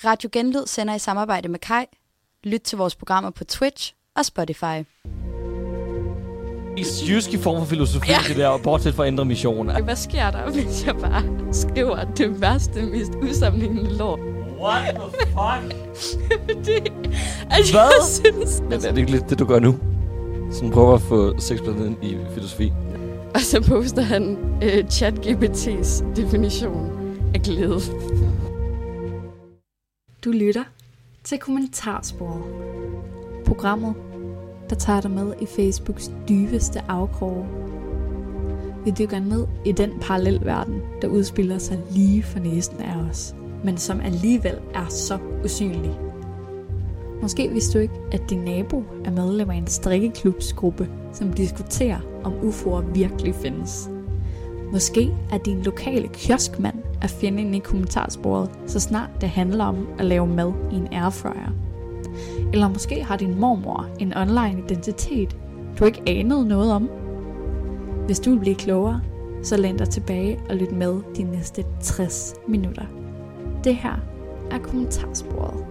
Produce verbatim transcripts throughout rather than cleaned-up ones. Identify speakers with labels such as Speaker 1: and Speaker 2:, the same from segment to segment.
Speaker 1: Radio Genlyd sender i samarbejde med Kai. Lyt til vores programmer på Twitch og Spotify.
Speaker 2: Jyske form for filosofi, ja. Det der, bortset fra indre missioner.
Speaker 3: Hvad sker der, hvis jeg bare skriver det værste, mest usammenlignende lort?
Speaker 2: What the fuck?
Speaker 3: det, altså,
Speaker 2: Hvad?
Speaker 3: Jeg synes,
Speaker 2: Men er det ikke lidt det, du gør nu? Sådan prøver at få sexpladen i filosofi.
Speaker 3: Og så poster han øh, ChatGPT's definition af glæde.
Speaker 4: Du lytter til Kommentarsporet. Programmet, der tager dig med i Facebooks dybeste afkroge. Vi dykker ned i den parallelverden, der udspiller sig lige for næsen af os, men som alligevel er så usynlig. Måske vidste du ikke, at din nabo er medlem af en strikkeklubsgruppe, som diskuterer, om U F O'er virkelig findes. Måske er din lokale kioskmand at finde inde i kommentarsporet, så snart det handler om at lave mad i en airfryer. Eller måske har din mormor en online identitet, du ikke anede noget om. Hvis du vil blive klogere, så læn dig tilbage og lyt med de næste tres minutter. Det her er kommentarsporet.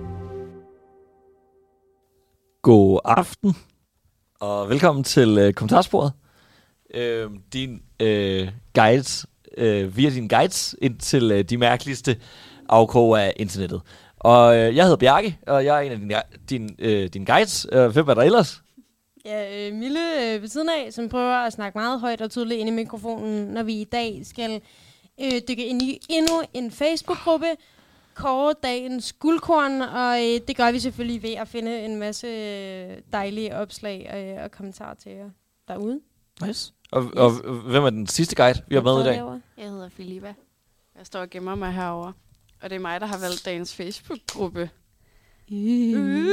Speaker 2: God aften, og velkommen til øh, kommentarsporet. Øh, din øh, guides, øh, via dine guides ind til øh, de mærkeligste afkroge af internettet. Og øh, jeg hedder Bjarke, og jeg er en af dine, din, øh, dine guides. Øh, hvem er der ellers?
Speaker 5: Ja, øh, Mille øh, ved siden af, som prøver at snakke meget højt og tydeligt ind i mikrofonen, når vi i dag skal øh, dykke ind i endnu en Facebook-gruppe, kåre dagens guldkorn, og øh, det gør vi selvfølgelig ved at finde en masse øh, dejlige opslag øh, og kommentarer til jer derude.
Speaker 2: Nice. Og, yes. og hvem er den sidste guide, vi har med i dag?
Speaker 3: Jeg hedder Filippa. Jeg står og gemmer mig herover, og det er mig, der har valgt dagens Facebook-gruppe. Mm.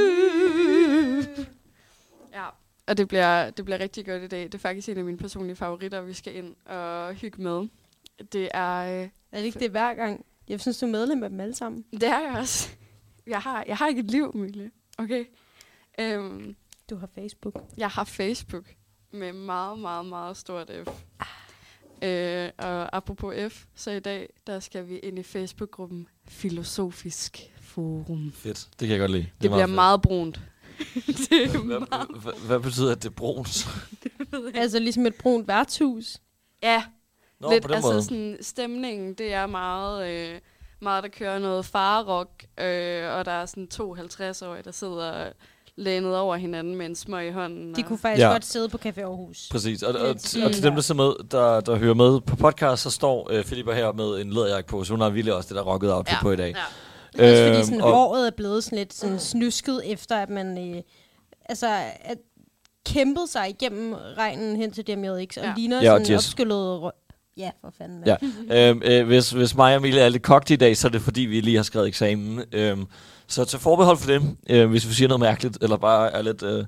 Speaker 3: Ja, og det bliver, det bliver rigtig godt i dag. Det er faktisk en af mine personlige favoritter, vi skal ind og hygge med. Det er... Øh,
Speaker 5: er det ikke det hver gang? Jeg synes, du er medlem af dem alle sammen.
Speaker 3: Det er jeg også. Jeg har, jeg har ikke et liv, Mille. Okay? Um,
Speaker 5: du har Facebook.
Speaker 3: Jeg har Facebook med meget, meget, meget stort F. Ah. Uh, og apropos F, så i dag, der skal vi ind i Facebook-gruppen Filosofisk Forum.
Speaker 2: Fedt, det kan jeg godt lide.
Speaker 3: Det, det bliver meget, meget brunt.
Speaker 2: det er hvad, meget hvad, hvad betyder, at det er brunt?
Speaker 5: Altså ligesom et brunt værtshus.
Speaker 3: Ja.
Speaker 2: Nå,
Speaker 3: lidt, altså
Speaker 2: måde.
Speaker 3: Sådan, stemningen, det er meget, øh, meget der kører noget farrock, øh, og der er sådan to halvtreds-årige, der sidder lænet over hinanden med en smøg i hånden.
Speaker 5: De kunne faktisk ja. godt sidde på Café Aarhus.
Speaker 2: Præcis, og, og, og til dem, der, ser med, der, der hører med på podcast, så står øh, Filippa her med en læderjakke på, så hun har virkelig også det der rocket outfit ja. på i dag.
Speaker 5: Ja. Det er også fordi sådan, håret er blevet sådan lidt sådan snusket efter, at man øh, altså at kæmpede sig igennem regnen hen til D M X, og ja. ligner
Speaker 2: ja,
Speaker 5: sådan en opskyllet rø- Ja, for fanden.
Speaker 2: Ja. øhm, øh, hvis, hvis mig og Emilie er lidt kogt i dag, så er det fordi, vi lige har skrevet eksamen. Øhm, så til forbehold for dem, øh, hvis vi siger noget mærkeligt, eller bare er lidt... Øh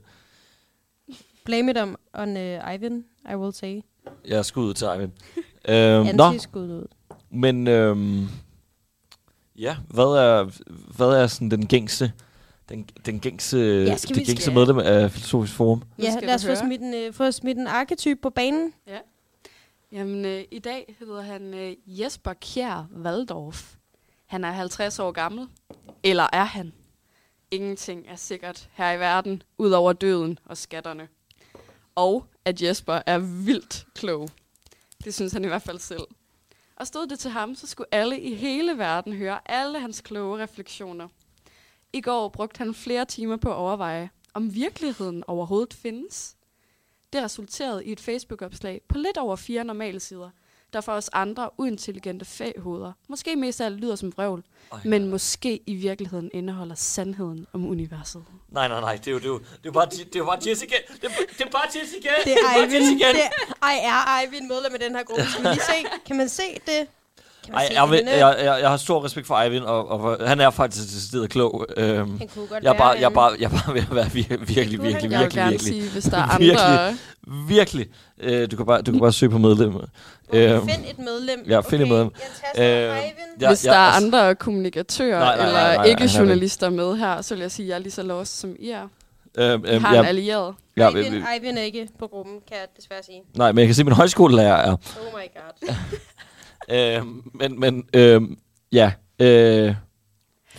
Speaker 5: Blame it on, on uh, Ivan, I will say.
Speaker 2: Jeg er skud ud til Ivan. øhm,
Speaker 5: Anti-skud ud.
Speaker 2: Men øhm, ja, hvad er, hvad er sådan den gængse... Den, den gængse,
Speaker 5: ja,
Speaker 2: det gængse medlem af Filosofisk Forum?
Speaker 5: Ja, lad os få smidt, en, uh, få smidt en arketype på banen.
Speaker 3: Ja. Jamen, øh, i dag hedder han øh, Jesper Kjær Waldorf. Han er halvtreds år gammel. Eller er han? Ingenting er sikkert her i verden, ud over døden og skatterne. Og at Jesper er vildt klog. Det synes han i hvert fald selv. Og stod det til ham, så skulle alle i hele verden høre alle hans kloge refleksioner. I går brugte han flere timer på at overveje, om virkeligheden overhovedet findes. Det resulterede i et Facebook-opslag på lidt over fire normale sider, der for os andre uintelligente faghoveder måske mest af alt lyder som vrøvl, Ej, men ja. måske i virkeligheden indeholder sandheden om universet.
Speaker 2: Nej, nej, nej, det er jo, det er jo, det er jo bare, det er jo bare Jessica. Det er, det er bare Jessica.
Speaker 5: Det er Eivind. Det er, ej, er Eivind medlem af den her gruppe? Skal man lige se? Kan man se det?
Speaker 2: Ej, jeg, jeg, jeg, jeg, jeg har stor respekt for Eivind, og, og han er faktisk til stedet klog. Øhm,
Speaker 5: han kunne godt
Speaker 2: jeg er bare,
Speaker 5: være
Speaker 2: jeg er bare, jeg er bare ved at være virkelig, virkelig, virkelig,
Speaker 3: jeg
Speaker 2: virkelig, virkelig,
Speaker 3: sige, hvis der er
Speaker 2: virkelig,
Speaker 3: andre...
Speaker 2: virkelig. Øh, du kan bare, du kan bare søge på medlem.
Speaker 5: Okay, øhm, find et medlem.
Speaker 2: Ja, find
Speaker 5: okay,
Speaker 2: et medlem.
Speaker 5: Jeg øh,
Speaker 3: ja, hvis ja, der er andre kommunikatører
Speaker 2: nej, nej,
Speaker 3: eller
Speaker 2: nej, nej,
Speaker 3: ikke-journalister med her, så vil jeg sige, at jeg er lige så lost som I er.
Speaker 2: Øhm,
Speaker 3: øhm, har
Speaker 2: ja,
Speaker 3: en allieret.
Speaker 2: Ja,
Speaker 5: Eivind, Eivind er ikke på gruppen, kan jeg desværre sige.
Speaker 2: Nej, men jeg kan se, at min højskolelærer er.
Speaker 5: Oh my god.
Speaker 2: øhm, men, men, øhm, ja. Øh,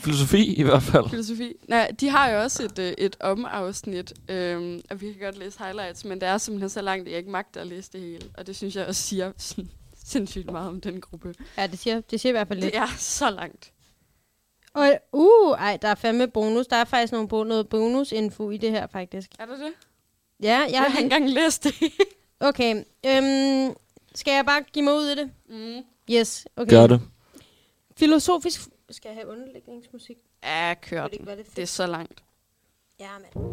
Speaker 2: filosofi i hvert fald.
Speaker 3: Filosofi. Nej, de har jo også et, øh, et om-afsnit, øhm, og vi kan godt læse highlights, men det er simpelthen så langt, at jeg ikke magter at læse det hele. Og det synes jeg også siger sådan, sindssygt meget om den gruppe.
Speaker 5: Ja, det siger, det siger i hvert fald lidt.
Speaker 3: Det er så langt.
Speaker 5: Og, uh, ej, der er fandme bonus. Der er faktisk nogle bo- noget bonusinfo i det her, faktisk.
Speaker 3: Er der det?
Speaker 5: Ja, jeg,
Speaker 3: Jeg har ikke engang læst det.
Speaker 5: Okay, øhm, skal jeg bare give mig ud i det?
Speaker 3: Mm.
Speaker 5: Yes, okay.
Speaker 2: Gør det.
Speaker 5: Filosofisk... Skal jeg have underlægningsmusik?
Speaker 3: Ja, kør
Speaker 5: Vil det ikke
Speaker 3: den.
Speaker 5: være lidt fedt?
Speaker 3: Det er så langt.
Speaker 5: Ja, mand.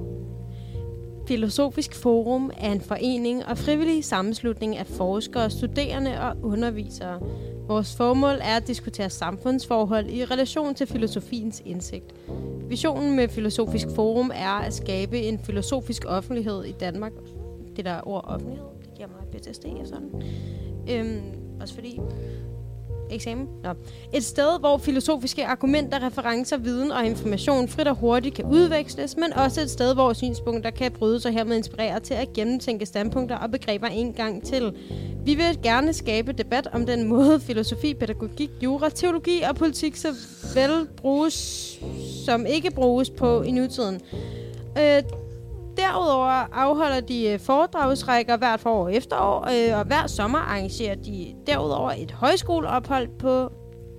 Speaker 5: Filosofisk Forum er en forening og frivillig sammenslutning af forskere, studerende og undervisere. Vores formål er at diskutere samfundsforhold i relation til filosofiens indsigt. Visionen med Filosofisk Forum er at skabe en filosofisk offentlighed i Danmark. Det der ord offentlighed, det giver mig P T S D og sådan. Øhm, også fordi... Eksamen? Nå. Et sted, hvor filosofiske argumenter, referencer, viden og information frit og hurtigt kan udveksles, men også et sted, hvor synspunkter kan brydes og hermed inspirere til at gennemtænke standpunkter og begreber en gang til. Vi vil gerne skabe debat om den måde, filosofi, pædagogik, jura, teologi og politik så vel bruges, som ikke bruges på i nutiden. Øh, Derudover afholder de foredragsrækker hvert forår og efterår, øh, og hver sommer arrangerer de derudover et højskoleophold på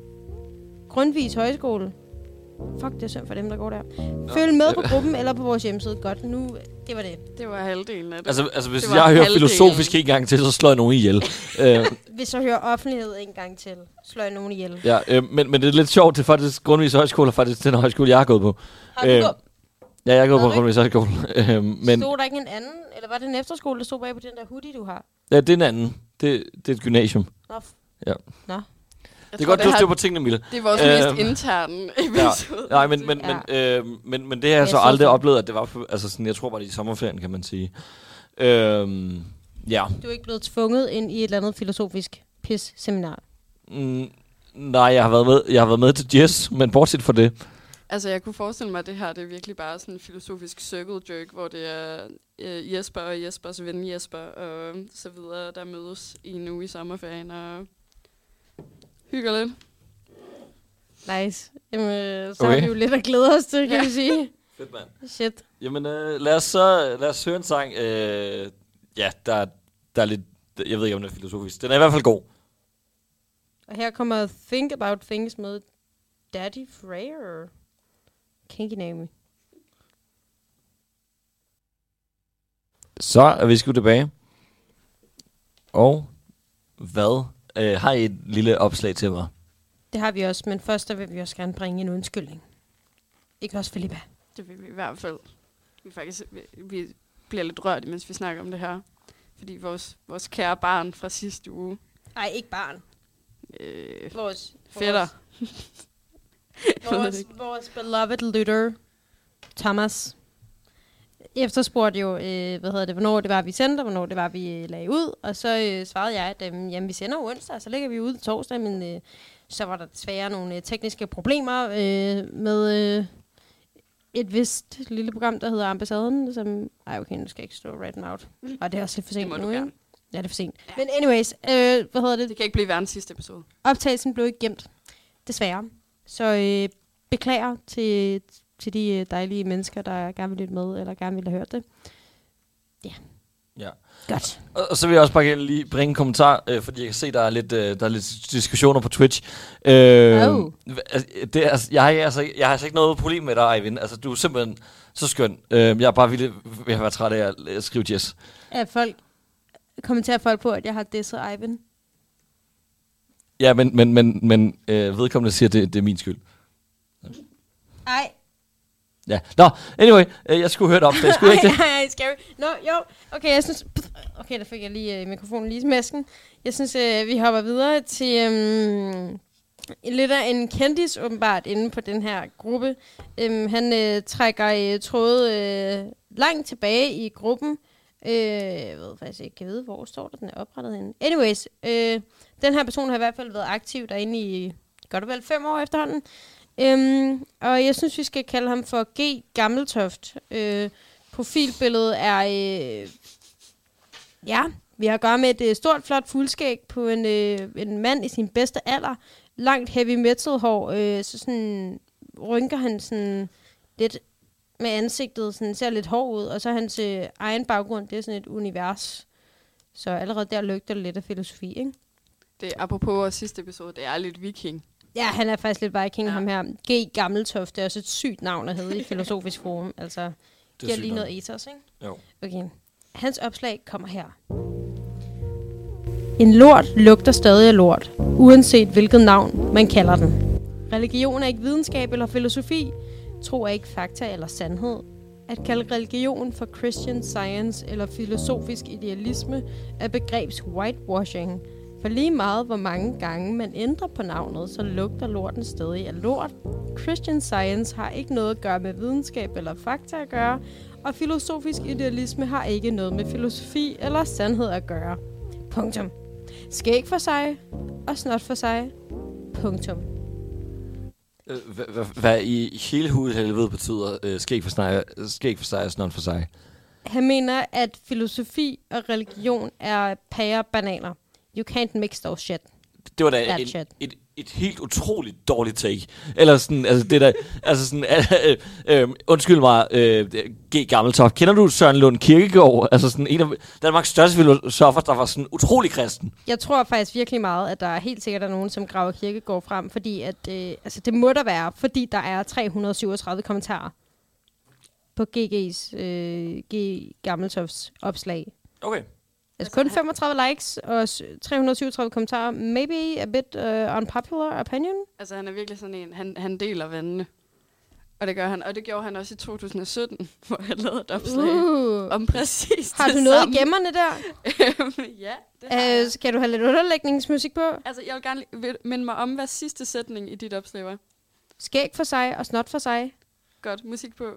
Speaker 5: Grundtvigs Højskole. Fuck, det er synd for dem, der går der. Følg med på gruppen eller på vores hjemmeside. Godt, nu, det var det.
Speaker 3: Det var halvdelen af det.
Speaker 2: Altså, altså hvis
Speaker 3: Det var
Speaker 2: jeg hører
Speaker 3: halvdelen.
Speaker 2: filosofisk en gang til, så slår jeg nogen ihjel. øh,
Speaker 5: Hvis jeg hører offentlighed en gang til, slår jeg nogen ihjel.
Speaker 2: ja, øh, men, men det er lidt sjovt, det er faktisk Grundtvigs Højskole, og faktisk den højskole, jeg har gået på.
Speaker 5: Har du
Speaker 2: Øh,
Speaker 5: gået?
Speaker 2: Ja, jeg går på
Speaker 5: Hvad,
Speaker 2: Grundtvigs Højskole. øh, men
Speaker 5: Stod der ikke en anden? Eller var det en efterskole, der stod bag på den der hoodie, du har?
Speaker 2: ja, det er en anden. Det, det er et gymnasium.
Speaker 5: Nå, f-
Speaker 2: Ja.
Speaker 5: Nå.
Speaker 3: Jeg
Speaker 2: Det er
Speaker 3: tror,
Speaker 2: godt, du
Speaker 3: har-
Speaker 2: styr på tingene, Mille.
Speaker 3: Det er vores
Speaker 2: Øhm,
Speaker 3: mest interne
Speaker 2: Ja,
Speaker 3: episode.
Speaker 2: nej, men, men,
Speaker 5: Ja.
Speaker 2: men, øh, men, men det har jeg
Speaker 5: Jeg
Speaker 2: så
Speaker 5: så
Speaker 2: aldrig
Speaker 5: det.
Speaker 2: oplevet, at det var, på, altså sådan, jeg tror bare, det er i sommerferien, kan man sige. Øhm, ja.
Speaker 5: Du er ikke blevet tvunget ind i et eller andet filosofisk pis-seminar.
Speaker 2: Mm, nej, jeg har været med, jeg har været med til jazz, men bortset fra det.
Speaker 3: Altså, jeg kunne forestille mig, at det her det er virkelig bare sådan en filosofisk circle jerk, hvor det er øh, Jesper og Jespers ven Jesper og så videre, der mødes i en uge i sommerferien og hygger lidt.
Speaker 5: Nice. Jamen, øh, så
Speaker 2: Okay.
Speaker 5: har vi jo lidt at glæde os til, kan
Speaker 3: Ja.
Speaker 5: vi sige.
Speaker 2: Fedt, mand.
Speaker 5: Shit.
Speaker 2: Jamen, øh, lad os så lad os høre en sang. Øh, ja, der, der er lidt, jeg ved ikke, om den er filosofisk. Den er i hvert fald god.
Speaker 5: Og her kommer Think About Things med Daddy Freyer. Kinky name.
Speaker 2: Så er vi sgu tilbage. Og hvad? Øh, har I et lille opslag til mig?
Speaker 5: Det har vi også, men først der vil vi også gerne bringe en undskyldning. Ikke også, Felipe?
Speaker 3: Det vil vi i hvert fald. Vi, faktisk, vi, vi bliver lidt rørt, mens vi snakker om det her. Fordi vores, vores kære barn fra sidste uge,
Speaker 5: Nej, ikke barn.
Speaker 3: øh,
Speaker 5: Vores,
Speaker 3: fætter,
Speaker 5: vores, vores beloved lytter, Thomas, efterspurgte jo, øh, hvad hedder det, hvornår det var, vi sendte, og hvornår det var, vi øh, lagde ud. Og så øh, svarede jeg, at øh, jamen, vi sender jo onsdag, så lægger vi ud torsdag, men øh, så var der desværre nogle øh, tekniske problemer øh, med øh, et vist lille program, der hedder Ambassaden, som... Ej, okay, nu skal jeg ikke stå right out. Og det er også lidt for
Speaker 3: det
Speaker 5: sent
Speaker 3: må
Speaker 5: nu,
Speaker 3: du
Speaker 5: ikke?
Speaker 3: gerne.
Speaker 5: Ja, det er for sent. Ja. Men anyways, øh, hvad hedder det?
Speaker 3: Det kan ikke blive verdens sidste episode.
Speaker 5: Optagelsen blev ikke gemt, desværre. Så øh, beklager til, til de øh, dejlige mennesker, der gerne vil lytte med, eller gerne ville have hørt det.
Speaker 2: Ja.
Speaker 5: Godt.
Speaker 2: Og, og så vil jeg også bare gerne lige bringe en kommentar, øh, fordi jeg kan se, der er lidt, øh, der er lidt diskussioner på Twitch. Øh,
Speaker 5: Oh.
Speaker 2: altså, det er, altså, jeg, har, altså, jeg har altså ikke noget problem med dig, Eivind. Altså, du er simpelthen så skøn. Øh, jeg er bare vildt ved at være træt af at, at skrive jazz.
Speaker 5: At folk kommenterer folk på, at jeg har disset Eivind.
Speaker 2: Ja, men, men, men, men øh, vedkommende siger, at det, det er min skyld.
Speaker 5: Ej.
Speaker 2: Ja. Nå, anyway, øh, jeg skulle høre det op. Det skulle jeg ikke det.
Speaker 5: Ej, ej, scary. Nå, jo. Okay, jeg synes... Okay, der fik jeg lige øh, mikrofonen lige i masken. Jeg synes, øh, vi hopper videre til øh, lidt af en kendis, åbenbart, inde på den her gruppe. Øh, han øh, trækker øh, tråde øh, langt tilbage i gruppen. Øh, jeg ved faktisk ikke, kan vide, hvor står der, den er oprettet henne. Anyways, øh, den her person har i hvert fald været aktiv derinde i godt og vel fem år efterhånden. Øhm, og jeg synes, vi skal kalde ham for G. Gammeltoft. Øh, profilbilledet er... Øh, ja, vi har at gøre med et øh, stort, flot fuldskæg på en, øh, en mand i sin bedste alder. Langt heavy metal hår. Øh, så sådan rynker han sådan lidt med ansigtet, sådan ser lidt hård ud, og så hans øh, egen baggrund, det er sådan et univers. Så allerede der lygter det lidt af filosofi, ikke?
Speaker 3: Det er apropos vores sidste episode, det er lidt viking.
Speaker 5: Ja, han er faktisk lidt viking,
Speaker 3: Ja.
Speaker 5: ham her. G. Gammeltoft, det er også et sygt navn at hedde i Filosofisk Forum. Altså, det giver lige
Speaker 2: nok.
Speaker 5: noget ethos, ikke?
Speaker 2: Jo.
Speaker 5: Okay. Hans opslag kommer her. En lort lugter stadig af lort, uanset hvilket navn man kalder den. Religion er ikke videnskab eller filosofi. Tro er ikke fakta eller sandhed. At kalde religion for Christian Science eller filosofisk idealisme er begrebs whitewashing. For lige meget, hvor mange gange man ændrer på navnet, så lugter lorten stadig af lort. Christian Science har ikke noget at gøre med videnskab eller fakta at gøre, og filosofisk idealisme har ikke noget med filosofi eller sandhed at gøre. Punktum. Skæg for sig, og snot for sig. Punktum.
Speaker 2: Øh, hva- hva- Hvad i hele hovedet helvede betyder øh, skæg for sig, skæg for sig og snot for sig?
Speaker 5: Han mener, at filosofi og religion er pærer bananer. You can't mix those shit.
Speaker 2: Det var da
Speaker 5: That
Speaker 2: en,
Speaker 5: shit.
Speaker 2: et, et helt utroligt dårligt take. Eller sådan, altså det der, altså sådan, øh, øh, undskyld mig, øh, G. Gammeltoft. Kender du Søren Lund Kierkegaard? Altså sådan en af Danmarks største filosofer, der var sådan utrolig kristen.
Speaker 5: Jeg tror faktisk virkelig meget, at der er helt sikkert er nogen, som graver Kierkegaard frem, fordi at, øh, altså det må der være, fordi der er tre hundrede og syvogtredive kommentarer på G G's, øh, G. Gammeltofts opslag.
Speaker 2: Okay.
Speaker 5: Altså kun femogtredive likes og s- tre hundrede og syvogtredive kommentarer. Maybe a bit uh, unpopular opinion.
Speaker 3: Altså, han er virkelig sådan en, han, han deler vandene. Og det gør han. Og det gjorde han også i to tusind og sytten, hvor han lavede et opslag
Speaker 5: Uh.
Speaker 3: om præcis
Speaker 5: Har
Speaker 3: det
Speaker 5: du noget
Speaker 3: samme.
Speaker 5: i gemmerne der?
Speaker 3: Ja, det har jeg.
Speaker 5: Uh, skal du have lidt underlægningsmusik på?
Speaker 3: Altså, jeg vil gerne li- vil- minde mig om, hvad sidste sætning i dit opslag var.
Speaker 5: Skæg for sig og snot for sig.
Speaker 3: Godt, musik på.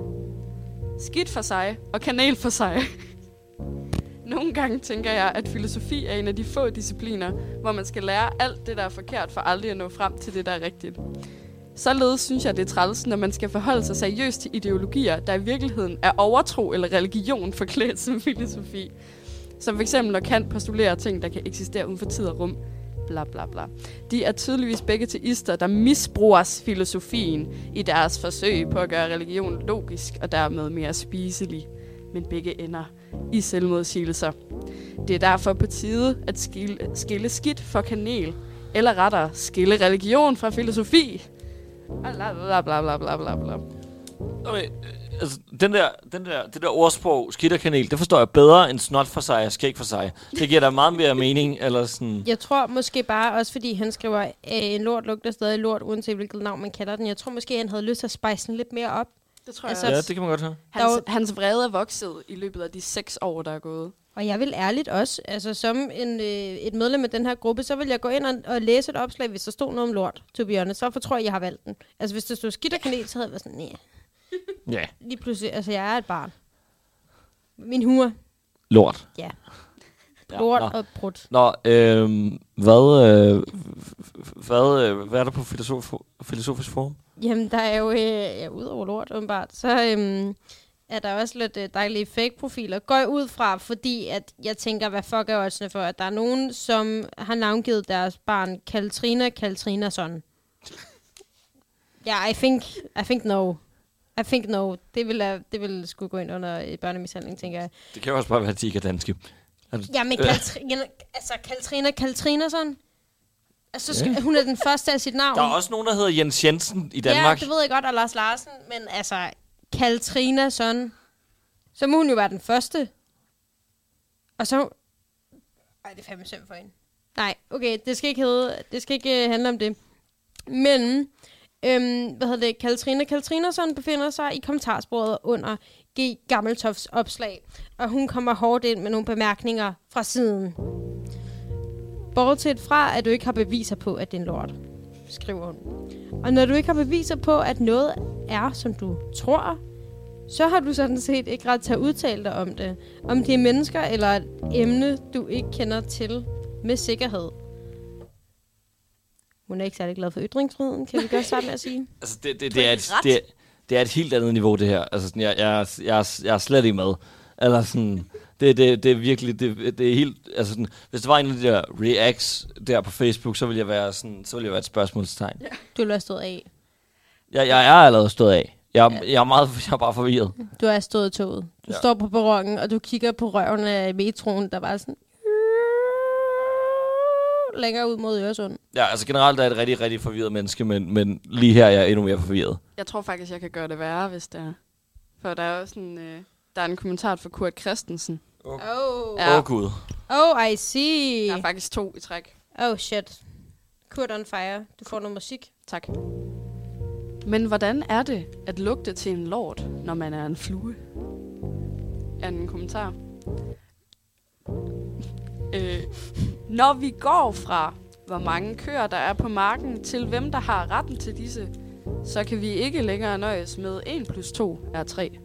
Speaker 3: Skidt for sig og kanel for sig. Nogle gange tænker jeg, at filosofi er en af de få discipliner, hvor man skal lære alt det, der er forkert, for aldrig at nå frem til det, der er rigtigt. Således synes jeg, det er træls, når man skal forholde sig seriøst til ideologier, der i virkeligheden er overtro eller religion forklædt som filosofi. Som f.eks. når Kant postulerer ting, der kan eksistere uden for tid og rum. Bla bla bla. De er tydeligvis begge teister, der misbruger filosofien i deres forsøg på at gøre religion logisk og dermed mere spiselig. Men begge ender i selvmodsigelser. Det er derfor på tide at skille, skille skidt for kanel, eller rettere skille religion fra filosofi. Bla bla bla bla bla bla bla.
Speaker 2: Okay, øh, altså, den der, den der, det der ordsprog, skidt og kanel, det forstår jeg bedre end snot for sig og skæg for sig. Det giver da meget mere mening, eller sådan...
Speaker 5: Jeg tror måske bare, også fordi han skriver, øh, en lort lugter stadig lort, uanset hvilket navn man kalder den. Jeg tror måske, han havde lyst til at spice den lidt mere op.
Speaker 3: Det tror
Speaker 5: Altså,
Speaker 3: jeg
Speaker 2: Ja,
Speaker 3: også.
Speaker 2: det kan man godt høre.
Speaker 3: Hans,
Speaker 5: Der
Speaker 3: hans vrede er vokset i løbet af de seks år, der er gået.
Speaker 5: Og jeg vil ærligt også, altså som en, øh, et medlem af den her gruppe, så vil jeg gå ind og, og læse et opslag, hvis der stod noget om lort, to be honest. Så for tror jeg, jeg har valgt den. Altså hvis der stod skidt og kanel, så havde jeg været sådan, nej.
Speaker 2: Ja.
Speaker 5: Lige pludselig, altså jeg er et barn. Min humor,
Speaker 2: Lort.
Speaker 5: ja.
Speaker 2: Ja,
Speaker 5: Lort
Speaker 2: nå.
Speaker 5: og brudt.
Speaker 2: Nå, øhm, hvad, øh, hvad, øh, hvad er der på filosof, Filosofisk Forum?
Speaker 5: Jamen, der er jo, øh, ja, ud over lort, åbenbart, så øhm, er der også lidt øh, dejlige fake-profiler. Går jeg ud fra, fordi at jeg tænker, hvad fuck er oddsene for, at der er nogen, som har navngivet deres barn Kaltrina Kaltrinason. Ja, yeah, I think, I think no. I think no. Det vil, uh, det vil skulle gå ind under øh, børnemishandling, tænker jeg.
Speaker 2: Det kan jo også bare være, at de ikke er danske. Er du-
Speaker 5: Ja, men Kaltrina, altså Kaltrina Kaltrinason, altså, skal, hun er den første af sit navn.
Speaker 2: Der er også nogen, der hedder Jens Jensen i Danmark.
Speaker 5: Ja, det ved jeg godt, og Lars Larsen, men altså, Kaltrina sådan, så må hun jo være den første. Og så... Ej, det er fandme synd for hende. Nej, okay, det skal ikke hedde, det skal ikke uh, handle om det. Men, øhm, hvad hedder det, Kaltrina Kaltrinason befinder sig i kommentarsporet under G. Gammeltofts opslag, og hun kommer hårdt ind med nogle bemærkninger fra siden. Bortset fra, at du ikke har beviser på, at det er en lort, skriver hun. Og når du ikke har beviser på, at noget er, som du tror, så har du sådan set ikke ret til at udtale dig om det. Om det er mennesker eller et emne, du ikke kender til med sikkerhed. Hun er ikke særlig glad for ytringsfriheden, kan vi godt starte med at sige.
Speaker 2: Altså, det, det,
Speaker 3: Du
Speaker 2: det,
Speaker 3: har
Speaker 2: er
Speaker 3: ikke
Speaker 2: et,
Speaker 3: ret.
Speaker 2: det, er, det er et helt andet niveau, det her. Altså, sådan, jeg, jeg, er- jeg, er- jeg er slet ikke med. Eller sådan... Det, det, det er virkelig, det, det er helt, altså sådan, hvis der var en af de der reacts der på Facebook, så ville jeg være sådan, så ville jeg være et spørgsmålstegn.
Speaker 5: Du vil have stået af.
Speaker 2: Jeg, jeg er allerede stået af. Jeg, ja. jeg, er meget, jeg er bare forvirret.
Speaker 5: Du er stået i toget. Du ja. står på perronen, og du kigger på røven af metroen, der var sådan... længere ud mod Øresund.
Speaker 2: Ja, altså generelt er jeg et rigtig, rigtig forvirret menneske, men, men lige her er jeg endnu mere forvirret.
Speaker 3: Jeg tror faktisk, jeg kan gøre det værre, hvis det er. For der er jo sådan... Øh, der er en kommentar fra Kurt Christensen.
Speaker 5: Åh, oh.
Speaker 2: ja. oh, Gud.
Speaker 5: Oh, I see.
Speaker 3: Der er faktisk to i træk.
Speaker 5: Oh, shit. Kurt on fire. Du får noget musik.
Speaker 3: Tak. Men hvordan er det at lugte til en lort, når man er en flue? Er en kommentar. øh, når vi går fra, hvor mange køer der er på marken, til hvem der har retten til disse, så kan vi ikke længere nøjes med en plus to er tre.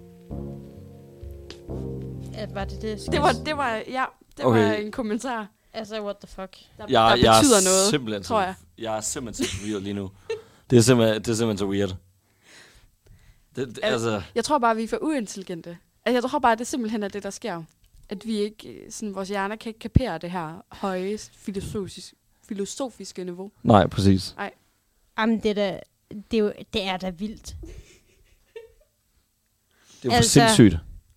Speaker 5: Ja, var det det?
Speaker 3: Det var, det var, ja, det okay. var en kommentar.
Speaker 5: Altså, what the fuck?
Speaker 3: Der,
Speaker 2: jeg,
Speaker 3: der betyder
Speaker 2: jeg
Speaker 3: noget,
Speaker 2: simpelthen
Speaker 3: tror jeg.
Speaker 2: Jeg er simpelthen så forvirret lige nu. Det er simpelthen, det er simpelthen så weird. Det, det, altså.
Speaker 3: Jeg tror bare, vi er for uintelligente. Altså, jeg tror bare, det simpelthen er det, der sker. At vi ikke, sådan, vores hjerner kan ikke kapere det her høje filosofisk, filosofiske niveau.
Speaker 2: Nej, præcis.
Speaker 3: Nej.
Speaker 5: Jamen, det er da, det er, jo, det er da vildt.
Speaker 2: Det er jo altså, for sindssygt.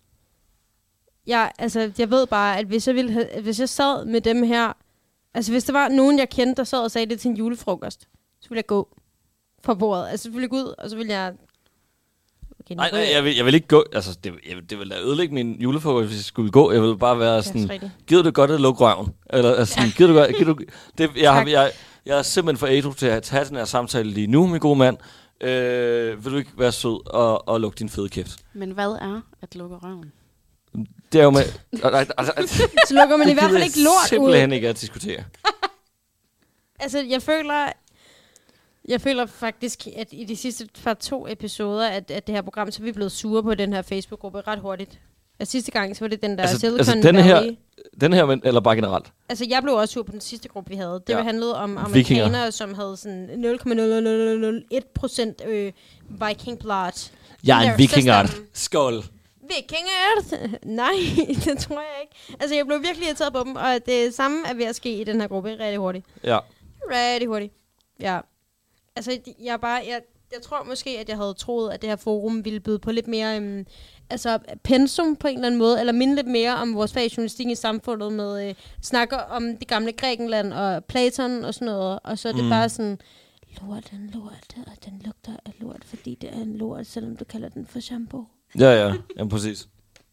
Speaker 5: Ja, altså, jeg ved bare, at hvis jeg, ville have, hvis jeg sad med dem her, altså hvis der var nogen, jeg kendte, der sad og sagde det til en julefrokost, så ville jeg gå fra bordet. Altså, så ville jeg gå ud, og så ville jeg... Okay,
Speaker 2: nej, nej, jeg vil, jeg vil ikke gå... Altså, det, jeg, det ville da ødelægge min julefrokost, hvis jeg skulle gå. Jeg ville bare være sådan... Gider du godt at lukke røven? Eller altså, ja. gider du godt... Gider du, det, jeg, har, jeg, jeg er simpelthen for ædru til at tage den her samtale lige nu, min gode mand. Øh, vil du ikke være sød og, og lukke din fede kæft?
Speaker 3: Men hvad er at lukke røven?
Speaker 2: Det er jo med...
Speaker 5: Så lukker man i hvert fald ikke lort ud.
Speaker 2: Simpelthen ikke at diskutere.
Speaker 5: Altså, jeg føler... Jeg føler faktisk, at i de sidste par to episoder af, af det her program, så er vi blevet sure på den her Facebook-gruppe ret hurtigt. Altså sidste gang, så var det den der
Speaker 2: altså,
Speaker 5: Silicon
Speaker 2: altså, denne
Speaker 5: Valley.
Speaker 2: Her, den her, eller bare generelt?
Speaker 5: Altså, jeg blev også sur på den sidste gruppe, vi havde. Det ja. handlede om amerikanere, som havde sådan nul komma nul nul nul nul et procent øh, viking blood.
Speaker 2: Jeg er en vikinger. Skål.
Speaker 5: Vikinger? Nej, det tror jeg ikke. Altså, jeg blev virkelig irriteret på dem, og det samme er ved at ske i den her gruppe rigtig hurtigt.
Speaker 2: Ja.
Speaker 5: Rigtig hurtigt. Ja. Altså, jeg bare, jeg, jeg tror måske, at jeg havde troet, at det her forum ville byde på lidt mere, um, altså pensum på en eller anden måde, eller minde lidt mere om vores fag journalistik i samfundet med uh, snakker om det gamle Grækenland og Platon og sådan noget, og så er det mm. bare sådan, lort, den lort, og den lugter af lort, fordi det er en lort, selvom du kalder den for shampoo.
Speaker 2: Ja, ja, jamen præcis.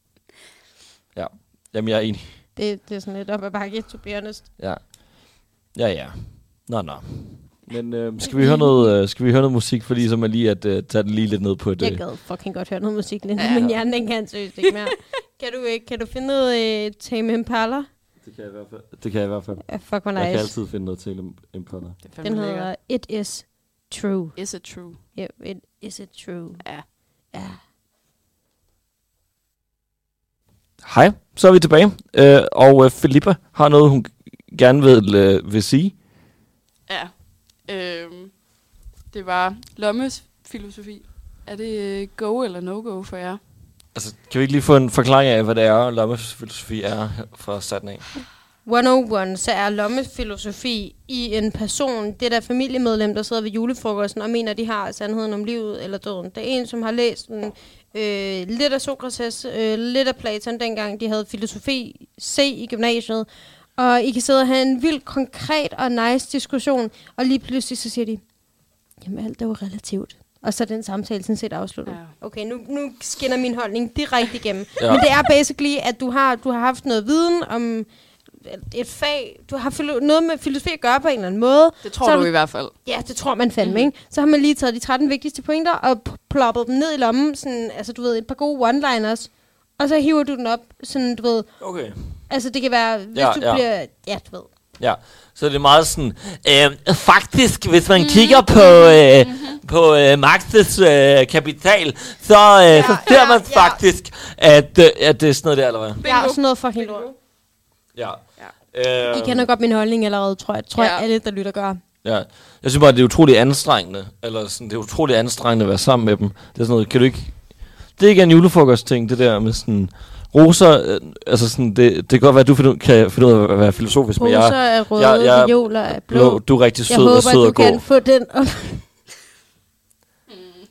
Speaker 2: Ja, jamen jeg er enig.
Speaker 5: Det, det er sådan lidt op ad bakke, to be honest.
Speaker 2: Ja, ja, ja. Nå, nå. Men øh, skal vi høre noget, øh, skal vi høre noget musik, fordi så man lige at øh, tage den lige lidt ned på et...
Speaker 5: Jeg gad fucking godt høre noget musik, Linda, ja. Men hjernen den kan seriøst ikke mere. Kan du ikke? Kan du finde noget uh, Tame Impala?
Speaker 2: Det kan jeg i hvert fald. Det kan jeg i hvert fald.
Speaker 5: Ja, fuck, hvor nice.
Speaker 2: Jeg kan altid finde noget Tame Impala.
Speaker 5: Den hedder It Is True.
Speaker 3: Is it true?
Speaker 5: Ja, yeah, it, Is It True.
Speaker 3: Ja.
Speaker 5: Ja.
Speaker 2: Hej, så er vi tilbage. Øh, og øh, Filippa har noget, hun gerne vil, øh, vil sige.
Speaker 3: Ja. Øhm, det var lommes filosofi. Er det go eller no-go for jer?
Speaker 2: Altså, kan vi ikke lige få en forklaring af, hvad det er, lommes filosofi er fra starten af?
Speaker 5: et nul et, så er lommefilosofi i en person, det der familiemedlem, der sidder ved julefrokosten og mener, de har sandheden om livet eller døden. Det er en, som har læst en, øh, lidt af Sokrates, øh, lidt af Platon, dengang de havde filosofi C i gymnasiet. Og I kan sidde og have en vildt konkret og nice diskussion, og lige pludselig så siger de, jamen alt er jo relativt. Og så er den samtale sådan set afsluttet. Ja. Okay, nu, nu skinner min holdning direkte igennem. Ja. Men det er basically, at du har, du har haft noget viden om et fag, du har filo- noget med filosofi at gøre på en eller anden måde.
Speaker 3: Det tror du, du i hvert fald.
Speaker 5: Ja, det tror man fandme, mm. ikke? Så har man lige taget de tretten vigtigste pointer og p- ploppet dem ned i lommen, sådan, altså du ved, et par gode one-liners, og så hiver du den op, sådan du ved.
Speaker 2: Okay.
Speaker 5: Altså det kan være, hvis
Speaker 2: ja,
Speaker 5: du
Speaker 2: ja.
Speaker 5: bliver, ja du ved.
Speaker 2: Ja, så det er meget sådan, øh, faktisk, hvis man mm. kigger på, øh, mm-hmm. på øh, Marx's øh, kapital, så, øh, ja, så ser ja, man ja. faktisk, at, øh, at det er sådan noget der, eller hvad?
Speaker 5: Ja, sådan noget fucking lort.
Speaker 2: Ja.
Speaker 5: ja. Øh, I kender godt min holdning allerede, tror jeg. Tror ja. jeg, alle, der lytter, gør.
Speaker 2: Ja, jeg synes bare, det er utroligt anstrengende, eller sådan, det er utroligt anstrengende at være sammen med dem. Det er sådan noget, kan du ikke, det er ikke en julefrokost-ting, det der med sådan... Roser, øh, altså sådan, det, det kan godt være, at du find, kan finde ud af at være filosofisk, men jeg...
Speaker 5: Roser er røde, jeg, jeg, violer er blå.
Speaker 2: blå. Du er rigtig sød
Speaker 5: jeg
Speaker 2: og sød og god.
Speaker 5: Jeg håber, du kan få den op.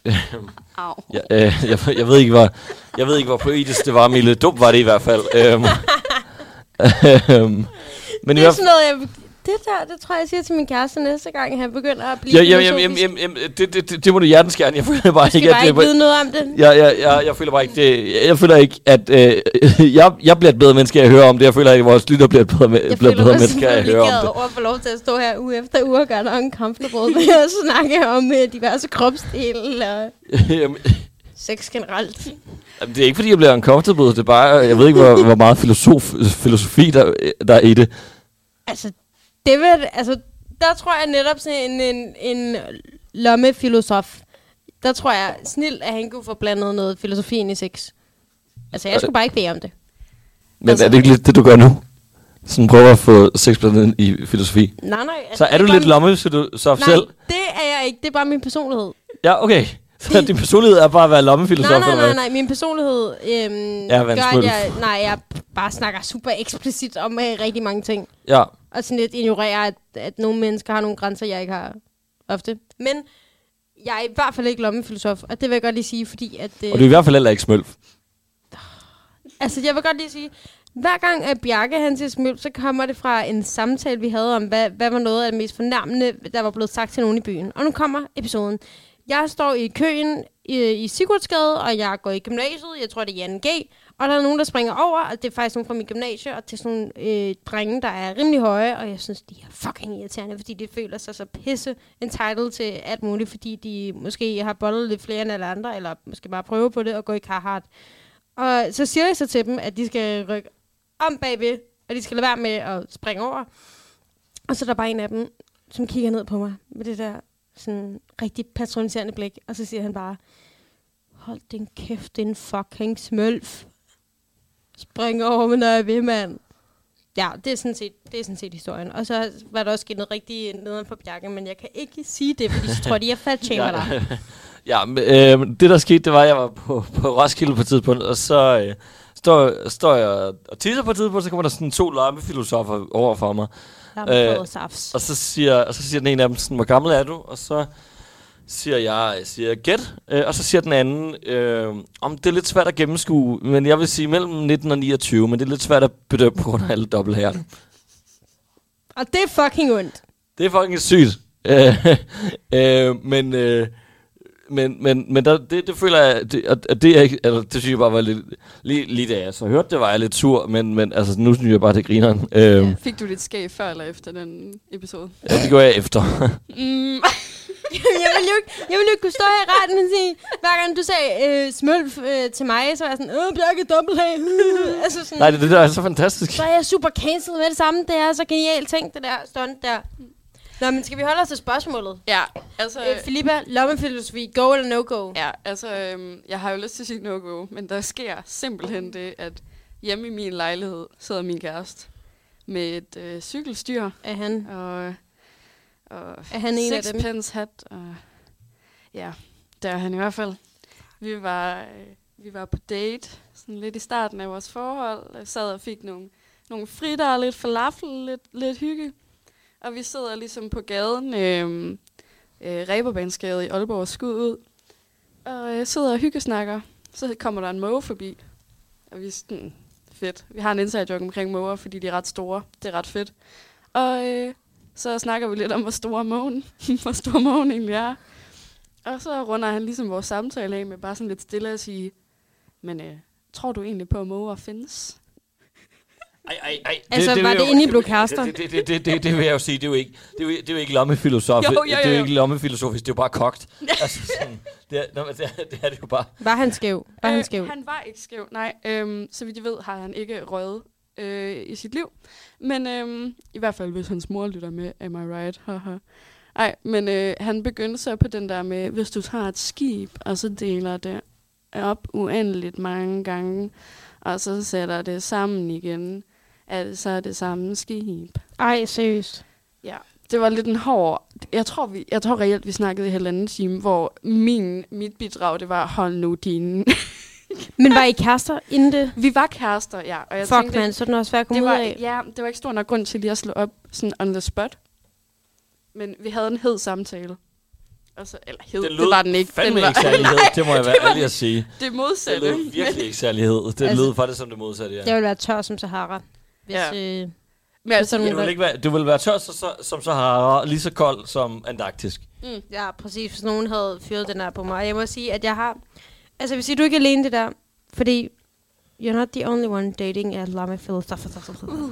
Speaker 3: Au.
Speaker 2: Ja, øh, jeg, jeg, ved ikke, hvor, jeg ved ikke, hvor poetisk det var, Mille. Dumt var det i hvert fald. øhm, øhm, men
Speaker 5: det
Speaker 2: i
Speaker 5: er
Speaker 2: hvert
Speaker 5: sådan noget, jeg... Det der, det tror jeg, jeg siger til min kæreste næste gang, han begynder at blive
Speaker 2: ja, ja, ja, ja, ja, ja, det, det, det, det må du hjertens gerne. Jeg føler bare
Speaker 5: du skal
Speaker 2: ikke,
Speaker 5: bare
Speaker 2: at
Speaker 5: ikke
Speaker 2: det...
Speaker 5: vide noget om det.
Speaker 2: Ja, ja, ja, jeg føler bare ikke det. Jeg føler ikke, at øh, jeg, jeg bliver et bedre menneske, jeg hører om det. Jeg føler ikke, at vores lytter bliver et bedre,
Speaker 5: Jeg
Speaker 2: bliver bedre
Speaker 5: mig
Speaker 2: menneske, jeg hører om det.
Speaker 5: over at få lov til at stå her uge efter uge og gøre dig uncomfortable med at snakke om uh, diverse kropsdele og
Speaker 2: Jamen,
Speaker 5: sex generelt.
Speaker 2: det er ikke, fordi jeg bliver uncomfortable. Det er bare, jeg ved ikke, hvor, hvor meget filosof, filosofi der, der er i det.
Speaker 5: Altså, det vil, altså, der tror jeg netop sådan en, en, en lommefilosof. Der tror jeg snilt, at han kunne få blandet noget filosofi ind i sex. Altså, jeg skulle bare ikke bede om det.
Speaker 2: Men
Speaker 5: altså,
Speaker 2: er det ikke lidt det, du gør nu? Sådan prøver at få sex blandet ind i filosofi.
Speaker 5: Nej, nej. Altså,
Speaker 2: Så er du
Speaker 5: det
Speaker 2: lidt
Speaker 5: bare-
Speaker 2: lommefilosof
Speaker 5: Nej,
Speaker 2: selv?
Speaker 5: det er jeg ikke. Det er bare min personlighed.
Speaker 2: Ja, okay. Så din personlighed er bare at være lommefilosof?
Speaker 5: Nej, nej,
Speaker 2: eller
Speaker 5: nej,
Speaker 2: hvad?
Speaker 5: nej. Min personlighed øhm,
Speaker 2: Ja, hvad en
Speaker 5: gør, at
Speaker 2: smølf.
Speaker 5: jeg, nej, jeg bare snakker super eksplicit om øh, rigtig mange ting.
Speaker 2: Ja.
Speaker 5: Og sådan lidt ignorerer, at, at nogle mennesker har nogle grænser, jeg ikke har ofte. Men jeg er i hvert fald ikke lommefilosof, og det vil jeg godt lige sige, fordi at... Øh,
Speaker 2: Og du er i hvert fald heller ikke smølf.
Speaker 5: Altså, jeg vil godt lige sige, hver gang at Bjarke han siger smølf, så kommer det fra en samtale, vi havde om, hvad, hvad var noget af det mest fornærmende, der var blevet sagt til nogen i byen. Og nu kommer episoden. Jeg står i køen i, i Sigurdsgade, og jeg går i gymnasiet. Jeg tror, det er Jan G. Og der er nogen, der springer over, og det er faktisk nogen fra mit gymnasie, og det er sådan nogle øh, drenge, der er rimelig høje, og jeg synes, de er fucking irriterende, fordi de føler sig så pisse entitled til alt muligt, fordi de måske har bollet lidt flere end alle andre, eller måske bare prøve på det og gå i Carhartt. Og så siger jeg så til dem, at de skal rykke om bagved, og de skal lade være med at springe over. Og så er der bare en af dem, som kigger ned på mig med det der sådan rigtig patroniserende blik, og så siger han bare, hold din kæft, din fucking smølf. Spring over med, når jeg vil, mand. Ja, det er, sådan set, det er sådan set historien. Og så var der også sket noget rigtig neden på Bjarke, men jeg kan ikke sige det, fordi så tror de, jeg fat shamer dig.
Speaker 2: Ja, men, øh, det der skete, det var, at jeg var på, på Roskilde på et tidspunkt, og så øh, står, står jeg og tisser på et tidspunkt, så kommer der sådan to lommefilosofer over for mig. Øh, og så siger og så siger den ene af dem sådan, hvor gammel er du? Og så siger jeg, siger gæt, øh, og så siger den anden, øh, om det er lidt svært at gennemskue, men jeg vil sige mellem nitten og niogtyve, men det er lidt svært at bedømme på grund af alle dobbelthærter.
Speaker 5: Og det er fucking ondt.
Speaker 2: Det er fucking sygt. øh, øh, men øh, men men men der, det, det føler jeg, det, at det er ikke, altså, det synes jeg bare var lidt lige, lige da jeg så hørte det, var jeg lidt sur, men men altså nu synes jeg bare det er grineren. Øh,
Speaker 3: Ja. Fik du dit skæg før eller efter den episode?
Speaker 2: ja, det går jeg efter.
Speaker 3: Mm.
Speaker 5: jeg ville jo ikke, jeg ville jo ikke kunne stå her i retten og sige, hver gang du sagde øh, smølf øh, til mig, så var jeg sådan, åh, Bjarke dobbelthag. altså sådan,
Speaker 2: Nej, det, det der er så fantastisk.
Speaker 5: så er jeg super cancelled med det samme. Det er så genialt tænkt, det der stunt der. Nå, men skal vi holde os til spørgsmålet?
Speaker 3: Ja, altså...
Speaker 5: Øh, Filippa, lommefilosofi, go eller no go?
Speaker 3: Ja, altså, øhm, jeg har jo lyst til at sige no-go, men der sker simpelthen det, at hjemme i min lejlighed sidder min kæreste med et øh, cykelstyr
Speaker 5: Er han,
Speaker 3: og, og
Speaker 5: er han en af dem?
Speaker 3: sixpence hat. Og, ja, der er han i hvert fald. Vi var, øh, vi var på date, sådan lidt i starten af vores forhold. Jeg sad og fik nogle, nogle fritter og lidt falafel, lidt, lidt hygge. Og vi sidder ligesom på gaden, øh, øh, Reberbansgade i Aalborg, skud ud. Og jeg sidder og hyggesnakker. Så kommer der en måge forbi. Og vi er sådan, fedt. Vi har en inside joke omkring måger, fordi de er ret store. Det er ret fedt. Og øh, så snakker vi lidt om, hvor stor mågen, hvor stor mågen egentlig er. Og så runder han ligesom vores samtale af med bare sådan lidt stille at sige, men øh, tror du egentlig på, at måger findes?
Speaker 2: Ej, ej, ej.
Speaker 5: Altså, var
Speaker 2: vil
Speaker 5: det
Speaker 2: jeg jo-
Speaker 5: inde i Blue Caster?
Speaker 2: Det, det, det, det, det, det vil jeg jo sige, det er jo ikke, det er jo, det er jo ikke lommefilosof.
Speaker 3: Jo, jo,
Speaker 2: Det er jo
Speaker 3: jo.
Speaker 2: ikke lommefilosofisk, det er jo bare kogt. altså, sådan, det, er, nå, men det, er, det er det jo bare.
Speaker 5: Var han skæv? Var han skæv?
Speaker 3: Han var ikke skæv, nej. Øhm, så vidt jeg ved, har han ikke røget øh, i sit liv. Men øhm, i hvert fald, hvis hans mor lytter med, am I right? Haha. Ej, men øh, han begyndte så på den der med, hvis du tager et skib, og så deler det op uendeligt mange gange, og så sætter det sammen igen, at det så er det samme skib.
Speaker 5: Ej, seriøst.
Speaker 3: Ja, det var lidt en hård... Jeg tror, vi, jeg tror reelt, vi snakkede i halvanden time, hvor min, mit bidrag, det var, hold nu din...
Speaker 5: Men var I kærester inden det?
Speaker 3: Vi var kærester, ja. Og jeg
Speaker 5: Fuck,
Speaker 3: tænkte,
Speaker 5: man, så er den også svært at komme
Speaker 3: det
Speaker 5: ud
Speaker 3: var,
Speaker 5: af.
Speaker 3: ja, det var ikke stor nok grund til lige at slå op sådan on the spot. Men vi havde en hed samtale. Og så, eller hed,
Speaker 2: det,
Speaker 3: det var den ikke.
Speaker 2: Fandme
Speaker 3: Den var,
Speaker 2: ikke særlighed, det må jeg være ærlig at sige.
Speaker 3: Det modsatte.
Speaker 2: Det lød virkelig ikke særlighed. Det
Speaker 5: Altså,
Speaker 2: lød faktisk som det modsatte, ja.
Speaker 5: Jeg vil være tør som Sahara. Hvis,
Speaker 3: Ja.
Speaker 5: øh,
Speaker 3: Men altså,
Speaker 5: sådan
Speaker 2: Du vil, ikke være, du vil være tør så, så, som Sahara, lige så kold som Antarktisk.
Speaker 3: mm.
Speaker 5: ja, præcis. Hvis nogen havde fyret den her på mig. Jeg må sige, at jeg har... Altså, jeg vil sige, du er ikke alene det der. Fordi you're not the only one dating a lama philosopher. Uh.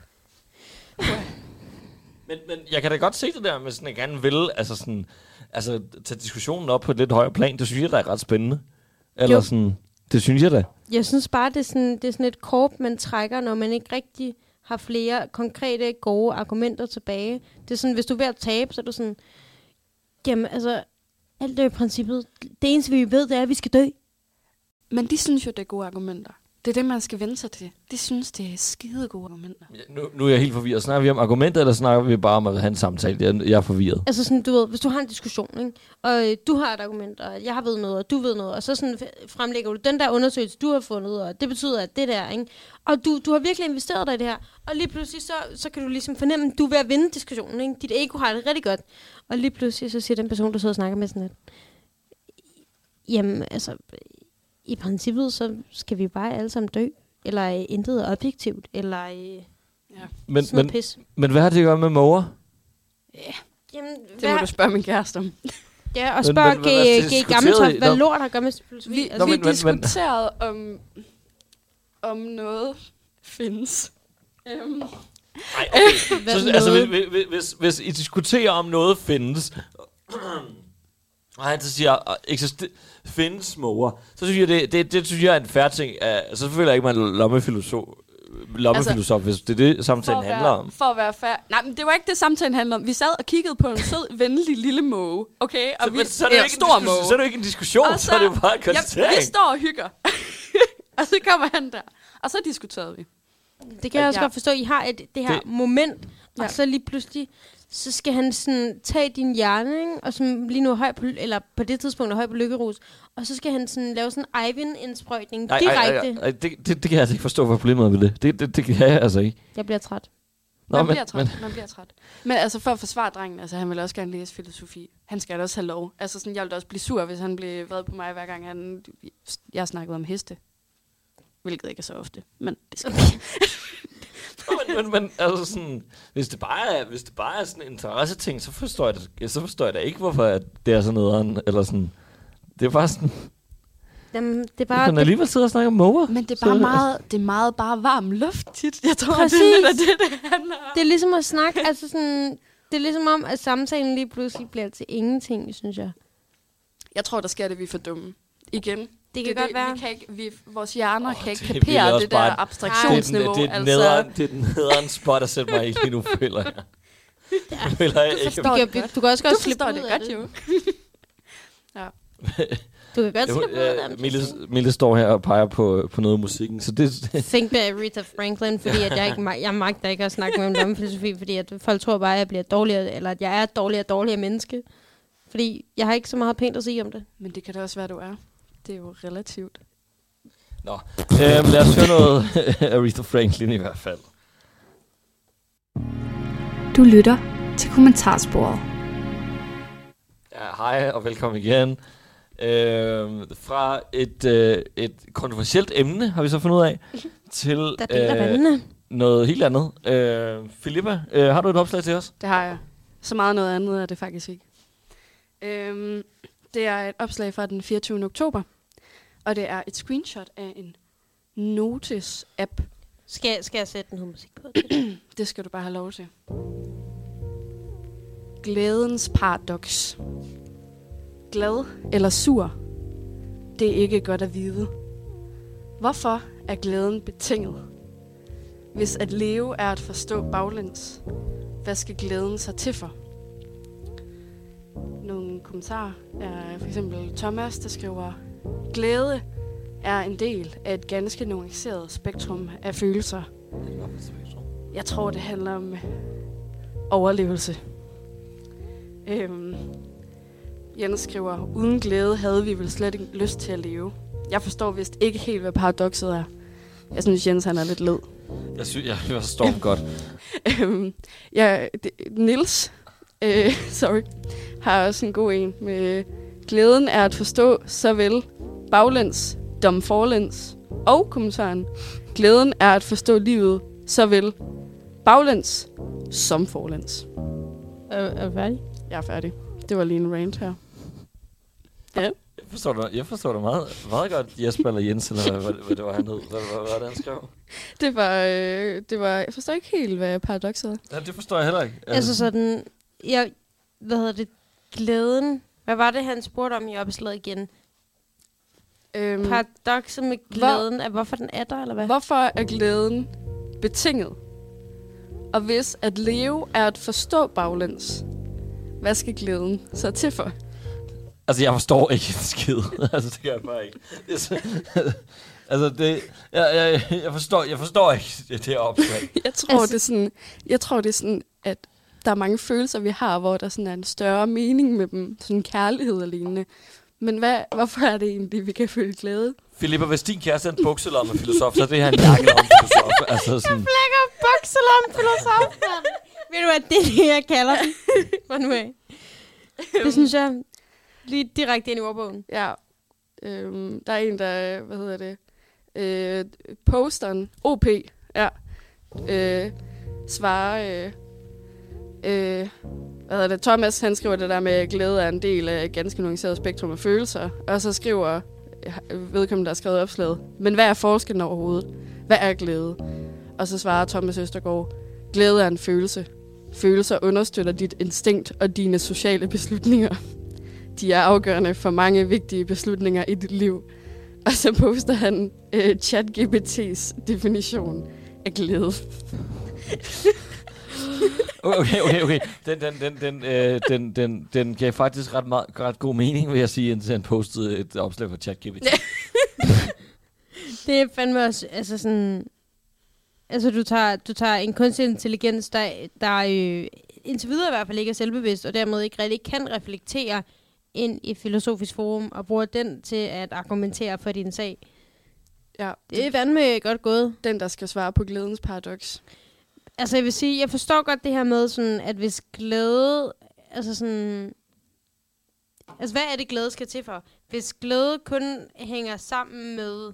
Speaker 2: Men, men jeg kan da godt se det der med sådan, at jeg gerne vil altså sådan, altså, tage diskussionen op på et lidt højere plan. Det synes jeg, der er ret spændende. Eller
Speaker 5: Jo.
Speaker 2: sådan, det synes jeg da.
Speaker 5: Jeg synes bare, det er, sådan, det er sådan et korp, man trækker, når man ikke rigtig har flere konkrete, gode argumenter tilbage. Det er sådan, hvis du er ved at tabe, så er du sådan... Jamen, altså... Alt er i princippet... Det eneste, vi ved, det er, at vi skal dø.
Speaker 3: Men de synes jo, det er gode argumenter. Det er det, man skal vende sig til. De synes, det er skide gode argumenter.
Speaker 2: Ja, nu, nu er jeg helt forvirret. Snakker vi om argumenter, eller snakker vi bare om at have en samtale? Jeg, jeg er forvirret.
Speaker 5: Altså sådan, du ved, hvis du har en diskussion, ikke? Og øh, du har et argument, og jeg har ved noget, og du ved noget, og så sådan f- fremlægger du den der undersøgelse, du har fundet, og det betyder, at det der, ikke? Og du, du har virkelig investeret dig i det her, og lige pludselig, så, så kan du ligesom fornemme, at du er ved at vinde diskussionen, ikke? Dit ego har det rigtig godt. Og lige pludselig, så siger den person, du sidder og snakker med sådan lidt, jamen, altså, i princippet, så skal vi bare alle sammen dø. Eller øh, intet er objektivt, eller øh,
Speaker 3: Ja.
Speaker 2: Men,
Speaker 5: sådan noget
Speaker 2: men,
Speaker 5: pis.
Speaker 2: men hvad har det at gøre med måger?
Speaker 5: Jamen,
Speaker 3: Det må du spørge min kæreste om.
Speaker 5: Ja, og
Speaker 2: Men-
Speaker 5: spørg
Speaker 2: men- men hvad
Speaker 5: G. G.
Speaker 2: diskuterede
Speaker 5: Gammeltoft,
Speaker 2: I?
Speaker 5: hvad
Speaker 2: Nå.
Speaker 5: lort har gør med filosofi.
Speaker 3: Vi,
Speaker 5: Altså,
Speaker 3: vi
Speaker 2: men- men- men-
Speaker 3: diskuterede, om, om noget findes. Øhm,
Speaker 2: Nej, okay.
Speaker 5: Hvad
Speaker 2: så,
Speaker 5: med
Speaker 2: altså,
Speaker 5: noget?
Speaker 2: hvis, hvis, hvis, hvis I diskuterer, om noget findes, og han så siger, at eksiste- findes måger, så synes jeg, det, det, det synes jeg er en fair ting. Uh, så selvfølgelig er ikke, man er lommefilosof, lommefilosof altså, hvis det er det, samtalen
Speaker 3: for, at
Speaker 2: handler
Speaker 3: være,
Speaker 2: om.
Speaker 3: for at være fair. Nej, men det var ikke det, samtalen handlede om. Vi sad og kiggede på en sød, venlig lille måge. Okay? Og
Speaker 2: Så,
Speaker 3: vi,
Speaker 2: men, så, er det jo
Speaker 3: eller
Speaker 2: ikke
Speaker 3: stor
Speaker 2: en
Speaker 3: måge.
Speaker 2: diskussion, så er det jo ikke en diskussion,
Speaker 3: Og
Speaker 2: så, så er det jo bare en
Speaker 3: Ja,
Speaker 2: konstatering.
Speaker 3: vi står og hygger. Og så kommer han der. Og så diskuterede vi.
Speaker 5: Det kan jeg også
Speaker 3: Ja.
Speaker 5: godt forstå. I har et, det her
Speaker 2: Det-
Speaker 5: det. moment, og
Speaker 3: Ja.
Speaker 5: så lige pludselig, så skal han sådan tage din hjerne, ikke? Og som lige nu er høj på, eller på det tidspunkt er høj på lykkerus, og så skal han sådan lave sådan en Eivind-indsprøjtning
Speaker 2: Nej, nej,
Speaker 5: direkte.
Speaker 2: nej, nej, det, det, det kan jeg altså ikke forstå, hvad problemet er med det. Det, det, det kan jeg altså ikke.
Speaker 5: Jeg bliver træt.
Speaker 2: Nå,
Speaker 3: Man
Speaker 2: men,
Speaker 3: bliver træt.
Speaker 2: men,
Speaker 3: Man bliver træt. Men altså for at forsvare drengen, altså han vil også gerne læse filosofi. Han skal da også have lov. Altså sådan, jeg ville da også blive sur, hvis han blev vred på mig, hver gang han... Jeg snakkede om heste. Hvilket ikke er så ofte, men det skal
Speaker 2: men, men, men altså sådan, hvis det bare er, hvis det bare er sådan en interesse-ting, så forstår jeg det, så forstår jeg da ikke, hvorfor at det er sådan noget, eller sådan. Det er bare sådan,
Speaker 5: Jamen, det er
Speaker 2: bare,
Speaker 5: bare...
Speaker 2: kan
Speaker 5: Det,
Speaker 2: alligevel sidde og snakke om måger.
Speaker 3: Men det er
Speaker 2: Så-
Speaker 3: bare meget, det er meget bare varm luft tit. Jeg tror,
Speaker 5: Præcis.
Speaker 3: det er lidt af det, det handler om.
Speaker 5: det er ligesom at snakke, altså sådan... Det er ligesom om, at samtalen lige pludselig bliver til ingenting, synes jeg.
Speaker 3: Jeg tror, der sker det, vi er for dumme. Igen.
Speaker 5: Det kan
Speaker 3: det,
Speaker 5: godt
Speaker 3: det,
Speaker 5: være.
Speaker 3: Vi kan ikke, vi, vores hjerner
Speaker 2: Åh,
Speaker 3: oh, kan ikke
Speaker 2: det bliver
Speaker 3: kapere
Speaker 2: også
Speaker 3: det der
Speaker 2: bare en-
Speaker 3: abstraktionsniveau.
Speaker 2: Det er den, det er den
Speaker 3: altså,
Speaker 2: nederen, det er den nederen spot at sætte mig i lige nu, føler jeg. Jeg føler jeg
Speaker 3: Du
Speaker 2: ikke.
Speaker 3: forstår
Speaker 5: Du
Speaker 3: det
Speaker 5: kan,
Speaker 3: godt.
Speaker 5: du kan også
Speaker 3: du
Speaker 5: godt slippe
Speaker 3: forstår
Speaker 5: ud
Speaker 3: det
Speaker 5: af
Speaker 3: godt,
Speaker 5: det.
Speaker 3: jo.
Speaker 5: Du kan godt
Speaker 2: Jo,
Speaker 5: slippe ud af
Speaker 2: øh,
Speaker 5: det.
Speaker 2: Mille, Mille står her og peger på, på noget af musikken, så det,
Speaker 5: Think med Aretha Franklin, fordi at jeg, ikke, mag- jeg magter ikke at snakke med om lommefilosofi, fordi at folk tror bare, at jeg bliver dårligere, eller at jeg er et dårligere og dårligere menneske. Fordi jeg har ikke så meget pænt at sige om det.
Speaker 3: Men det kan da også være, du er. Det er jo relativt.
Speaker 2: Nå, øhm, lad os høre noget Aretha Franklin i hvert fald.
Speaker 4: Du lytter til kommentarsporet.
Speaker 2: Ja, hej og velkommen igen. Øhm, fra et, øh, et kontroversielt emne, har vi så fundet ud af, til
Speaker 5: Der deler vandene.
Speaker 2: noget helt andet. Øh, Filippa, øh, har du et opslag til os?
Speaker 3: Det har jeg. Så meget noget andet er det faktisk ikke. Øhm, det er et opslag fra den fireogtyvende oktober. Og det er et screenshot af en Notice-app.
Speaker 5: Skal, skal jeg sætte noget musik på?
Speaker 3: Det skal du bare have lov til. Glædens paradoks. Glad eller sur? Det er ikke godt at vide. Hvorfor er glæden betinget? Hvis at leve er at forstå baglæns, hvad skal glæden så til for? Nogle kommentarer er for eksempel Thomas, der skriver: glæde er en del af et ganske nuanceret spektrum af følelser. Jeg tror, det handler om overlevelse. Øhm, Jens skriver: uden glæde havde vi vel slet ikke lyst til at leve. Jeg forstår vist ikke helt, hvad paradokset er. Jeg synes, Jens han er lidt led.
Speaker 2: Jeg synes, jeg, jeg forstår ham godt.
Speaker 3: Øhm, ja, det, Niels, øh, sorry, har også en god en med glæden er at forstå såvel baglæns, dom forlæns, og kommentaren. Glæden er at forstå livet såvel baglæns som forlæns.
Speaker 5: Er, er du færdig?
Speaker 3: Jeg er færdig. Det var lige en rant her. Ja.
Speaker 2: Jeg forstår det, jeg forstår det meget, meget godt, Jesper eller Jens, eller hvad, hvad, hvad det var, han hed. Hvad, hvad, hvad var det, han skrev?
Speaker 3: Det var, øh, det var... Jeg forstår ikke helt, hvad paradokset er.
Speaker 2: Ja, det forstår jeg heller ikke.
Speaker 5: Altså, altså sådan... Jeg, hvad hedder det? Glæden. Hvad var det, han spurgte om i opslaget igen?
Speaker 3: Øhm,
Speaker 5: Paradokset med glæden hvor, er, hvorfor den er der, eller hvad?
Speaker 3: Hvorfor er glæden betinget? Og hvis at leve er at forstå baglæns, hvad skal glæden så til for?
Speaker 2: Altså, jeg forstår ikke en skid. altså, det gør jeg bare ikke. Det er så, altså, det... Jeg, jeg, jeg, forstår, jeg forstår ikke det her opslag.
Speaker 3: Jeg tror, altså, det er sådan... Jeg tror, det er sådan, at der er mange følelser, vi har, hvor der sådan er en større mening med dem. Sådan kærlighed og lignende. Men hvad, hvorfor er det egentlig, vi kan føle glæde?
Speaker 2: Filippa, hvis din kæreste er en bukselomme filosof, så er det her en jakkelomme filosof. Altså sådan...
Speaker 5: Jeg flækker bukselomme filosof. Ved du hvad, det er det, jeg kalder den. For nu af. Det synes jeg lige direkte ind i ordbogen.
Speaker 3: Ja. Øhm, der er en, der... Hvad hedder det? Øh, posteren. O P. Ja. Øh, svarer... Øh, øh, hvad hedder det? Thomas, han skriver det der med, at glæde er en del af et ganske nuanceret spektrum af følelser. Og så skriver vedkommende, der har skrevet opslaget, men hvad er forskellen overhovedet? Hvad er glæde? Og så svarer Thomas Østergaard, glæde er en følelse. Følelser understøtter dit instinkt og dine sociale beslutninger. De er afgørende for mange vigtige beslutninger i dit liv. Og så poster han øh, ChatGPT's definition af glæde.
Speaker 2: Okay, okay, okay. Den, den, den, den, øh, den, den, den gav faktisk ret, meget, ret god mening, vil jeg sige, indtil han postede et opslag på ChatGPT.
Speaker 5: Det er fandme også, altså sådan... Altså, du tager, du tager en kunstig intelligens, der, der øh, indtil videre i hvert fald ikke er selvbevidst, og dermed ikke rigtig kan reflektere ind i et filosofisk forum, og bruger den til at argumentere for din sag.
Speaker 3: Ja,
Speaker 5: det er fandme godt gået.
Speaker 3: Den, der skal svare på glædens paradoks.
Speaker 5: Altså, jeg vil sige, jeg forstår godt det her med, sådan, at hvis glæde... Altså sådan... Altså, hvad er det, glæde skal til for? Hvis glæde kun hænger sammen med...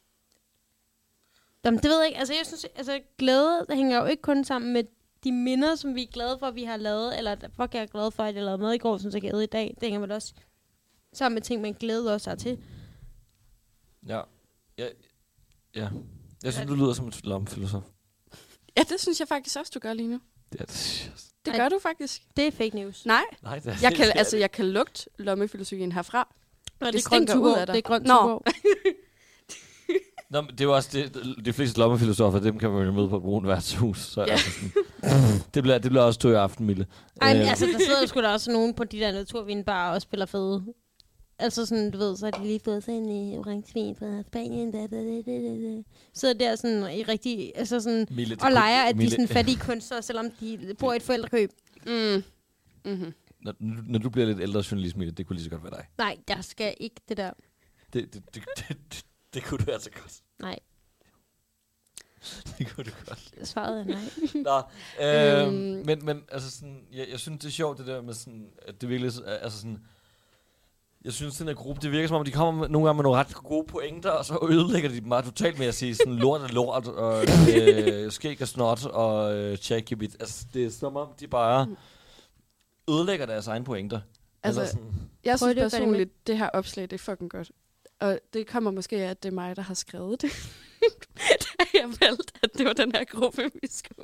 Speaker 5: Jamen, det ved jeg ikke. Altså, jeg synes, altså, glæde hænger jo ikke kun sammen med de minder, som vi er glade for, at vi har lavet, eller fuck, jeg er glad for, at jeg lavede mad i går, som jeg glæde i dag. Det hænger vel også sammen med ting, man glæder også er til.
Speaker 2: Ja. Ja. Ja. Jeg synes, du lyder som en lommefilosof.
Speaker 3: Ja, det synes jeg faktisk også, du gør lige nu.
Speaker 2: Det, er det.
Speaker 3: det gør du faktisk.
Speaker 5: Det er fake news.
Speaker 3: Nej.
Speaker 2: Nej, det er,
Speaker 3: jeg kan,
Speaker 2: det er
Speaker 3: altså,
Speaker 2: det.
Speaker 3: jeg kan lugte lommefilosofien herfra.
Speaker 5: Og det,
Speaker 3: det
Speaker 5: er grønt
Speaker 3: ud af dig.
Speaker 5: Det er grønt
Speaker 3: Nå.
Speaker 2: Nå, men det er jo også det, de fleste lommefilosofer, dem kan man jo møde på et brunt værtshus. Så
Speaker 3: ja.
Speaker 2: altså sådan, det, bliver, det bliver også to i aften, Mille.
Speaker 5: Ej, men
Speaker 2: øh.
Speaker 5: altså, der sidder jo sgu da også nogen på de der naturvinbarer og spiller fede. Altså sådan, du ved, så har de lige fået sådan en orange vin fra Spanien. Da, da, da, da, da. Sidder der sådan i rigtig, altså sådan,
Speaker 2: Mille,
Speaker 5: og leger, at
Speaker 2: Mille.
Speaker 5: de er sådan fattige kunstnere, selvom de bor i et forældrekøb.
Speaker 3: Mm. Mm-hmm.
Speaker 2: Når, når du bliver lidt ældre journalist, Mille, det kunne lige så godt være dig.
Speaker 5: Nej, jeg skal ikke det der.
Speaker 2: Det, det, det, det, det, det kunne du altså godt.
Speaker 5: Nej.
Speaker 2: Det kunne du godt.
Speaker 5: Svaret er nej.
Speaker 2: Nå, øh,
Speaker 3: Øhm.
Speaker 2: men, men altså sådan, jeg, jeg synes, det er sjovt, det der med sådan, at det virkelig, altså sådan, jeg synes, den her gruppe, det virker som om, de kommer med, nogle gange med nogle ret gode pointer, og så ødelægger de dem meget totalt med at sige sådan lort og lort, og øh, skæg og snot, og øh, ChatGPT. Altså, det er som om, de bare ødelægger deres egne pointer.
Speaker 3: Altså,
Speaker 2: Eller sådan.
Speaker 3: jeg synes
Speaker 5: det at gøre det
Speaker 3: personligt, det her opslag, det er fucking godt. Og det kommer måske af, at det er mig, der har skrevet det. Da jeg valgte, at det var den her gruppe, vi skulle.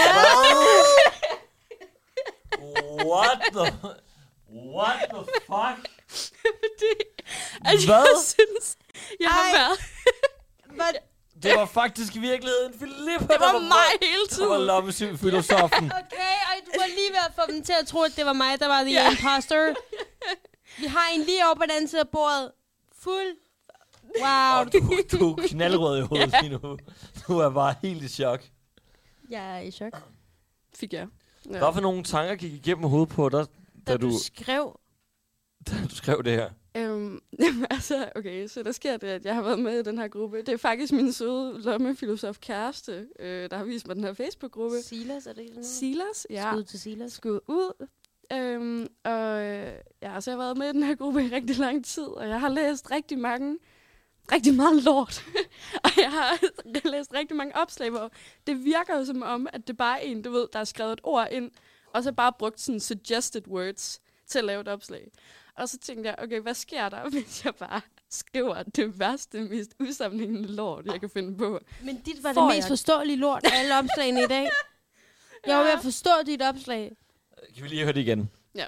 Speaker 2: What the... What the fuck?
Speaker 3: Fordi, altså,
Speaker 2: Hvad?
Speaker 3: jeg synes, jeg har
Speaker 5: Ej.
Speaker 3: været...
Speaker 5: But,
Speaker 2: Det var faktisk i virkeligheden Filippa,
Speaker 3: Det var
Speaker 2: der
Speaker 3: mig hele
Speaker 2: Der var
Speaker 3: tiden.
Speaker 2: lommefilosofen.
Speaker 5: okay, og du var lige ved at få dem til at tro, at det var mig, der var the
Speaker 3: Ja.
Speaker 5: imposter. Vi har en lige over på den anden side af bordet. Fuld. Wow.
Speaker 2: Og du, du er knaldrød i hovedet lige nu. Du er bare helt i chok.
Speaker 5: Jeg er i chok.
Speaker 3: Fik jeg. Ja.
Speaker 2: Hvad for nogle tanker gik igennem hovedet på dig, da,
Speaker 5: Da
Speaker 2: du,
Speaker 5: du skrev...
Speaker 2: da du skrev det her?
Speaker 3: Øhm, altså, okay, så der sker det, at jeg har været med i den her gruppe. Det er faktisk min søde lommefilosof kæreste, øh, der har vist mig den her Facebook-gruppe.
Speaker 5: Silas, er det ikke sådan noget?
Speaker 3: Silas, ja.
Speaker 5: Skud til Silas.
Speaker 3: Skud ud. Øhm, og øh, ja, så jeg har været med i den her gruppe i rigtig lang tid, og jeg har læst rigtig mange, rigtig meget lort. Og jeg har læst rigtig mange opslag, hvor det virker jo som om, at det bare er en, du ved, der har skrevet et ord ind, og så bare brugt sådan suggested words til at lave et opslag. Og så tænkte jeg, okay, hvad sker der, hvis jeg bare skriver det værste, mest usammenhængende lort, jeg kan finde på?
Speaker 5: Men dit var
Speaker 3: Får
Speaker 5: det mest
Speaker 3: jeg-
Speaker 5: forståelige lort af alle opslagene i dag. Jeg var ved at forstå dit opslag.
Speaker 2: Kan vi lige høre det igen?
Speaker 3: Ja.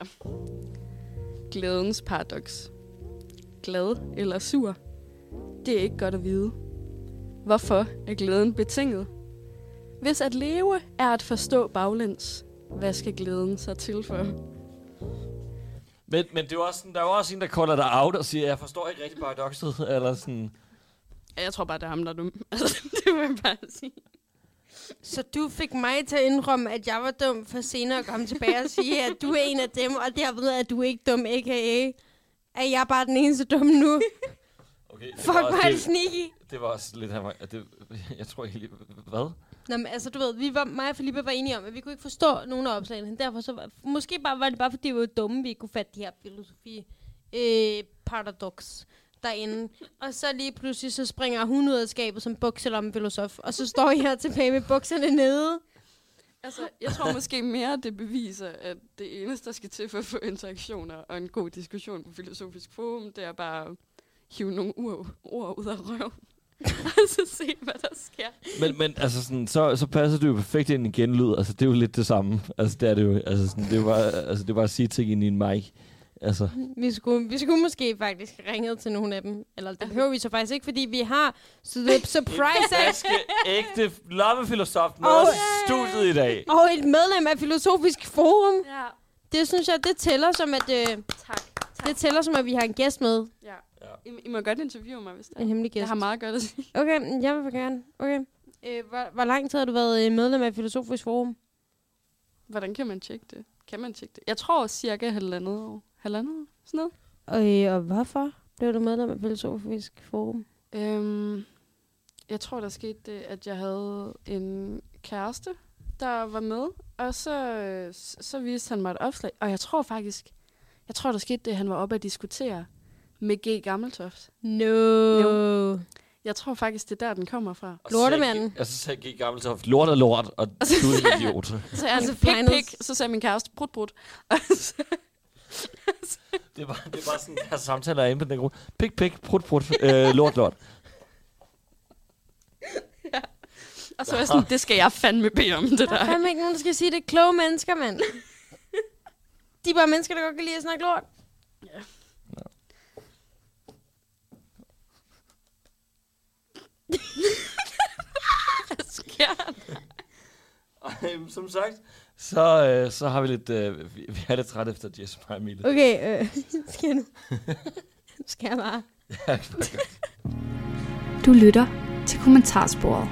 Speaker 3: Glædens paradoks. Glad eller sur? Det er ikke godt at vide. Hvorfor er glæden betinget? Hvis at leve er at forstå baglæns, hvad skal glæden så til for?
Speaker 2: Men, men det er jo også sådan, der er jo også en, der kolder dig out og siger, jeg forstår ikke rigtig paradokset, eller sådan...
Speaker 3: Jeg tror bare, det er ham, der er dum. Altså, det må jeg bare sige.
Speaker 5: Så du fik mig til at indrømme, at jeg var dum, for senere at komme tilbage og sige, at du er en af dem, og derved er du ikke dum, a k a er jeg bare den eneste dumme nu.
Speaker 2: Okay, det
Speaker 5: Fuck
Speaker 2: var,
Speaker 5: mig,
Speaker 2: det,
Speaker 5: sneaky.
Speaker 2: det var også lidt her, at det, jeg tror ikke lige, hvad?
Speaker 5: Nå, men altså, du ved, vi var, mig og Felipe var enige om, at vi kunne ikke forstå nogen af opslagene. Derfor så, var- måske bare, var det bare, fordi vi var dumme, vi ikke kunne fatte de her filosofi øh, paradox derinde. Og så lige pludselig, så springer hun ud af skabet som bukselomme filosof. Og så står jeg tilbage med bukserne nede.
Speaker 3: Altså, jeg tror måske mere, det beviser, at det eneste, der skal til for at få interaktioner og en god diskussion på Filosofisk Forum, det er bare at hive nogle ord, ord ud af røven. Og så se, hvad der sker.
Speaker 2: Men, men altså sådan, så, så passer det jo perfekt ind i genlyd. Altså, det er jo lidt det samme. Altså, det er det jo. Altså, sådan, det er bare, altså, det er bare at sige ting ind i en mic. Altså,
Speaker 5: Vi skulle, vi skulle måske faktisk ringe til nogle af dem. Eller det behøver vi så faktisk ikke, fordi vi har så the surprise
Speaker 2: ganske ægte lommefilosof med
Speaker 5: Og-
Speaker 2: os i studiet i dag.
Speaker 5: og et medlem af Filosofisk Forum.
Speaker 3: Ja,
Speaker 5: Det synes jeg, det tæller som, at, øh,
Speaker 3: tak. tak.
Speaker 5: det tæller som, at vi har en gæst med.
Speaker 3: Ja.
Speaker 2: Ja.
Speaker 3: I, I må godt interviewe mig, hvis det er.
Speaker 5: En hemmelig gæst.
Speaker 3: Jeg har meget godt at sige.
Speaker 5: Okay, jeg vil gerne. Okay. Øh, hvor, hvor lang tid har du været øh, medlem af Filosofisk Forum?
Speaker 3: Hvordan kan man tjekke det? Kan man tjekke det? Jeg tror cirka halvandet år. Halvandet år? Sådan noget.
Speaker 5: Og, øh, og hvorfor blev du medlem af Filosofisk Forum?
Speaker 3: Øhm, jeg tror, der skete det, at jeg havde en kæreste, der var med. Og så, øh, s- så viste han mig et opslag. Og jeg tror faktisk, jeg tror, der skete det, at han var oppe at diskutere med G. Gammeltoft.
Speaker 5: No.
Speaker 3: Jo. Jeg tror faktisk, det er der, den kommer fra.
Speaker 2: Og så
Speaker 5: Lortemanden.
Speaker 2: sagde- Og så sagde G. Gammeltoft, lort er lort, og du er en idiot.
Speaker 3: Så sagde han,
Speaker 5: Altså,
Speaker 3: pik,
Speaker 5: finals.
Speaker 3: pik. Så sagde min kæreste, brud, brud. Og så,
Speaker 2: Det var, det var sådan, der samtaler inde på den gruppe. Pik, pik, prut, prut, øh, lort, lort.
Speaker 3: og så var jeg sådan, det skal jeg fandme bede om, det
Speaker 5: Der er
Speaker 3: der.
Speaker 5: fandme ikke nogen, der skal sige, det er kloge mennesker, mand. De er bare mennesker, der godt kan lide at snakke lort.
Speaker 3: Hvad sker der?
Speaker 2: Ej, som sagt, så, øh, så har vi lidt, øh, vi, vi er lidt træt efter Jess og Emilie.
Speaker 5: Okay, øh, skal jeg nu? Skal jeg bare?
Speaker 2: Ja, det var godt.
Speaker 4: Du lytter til kommentarsporet.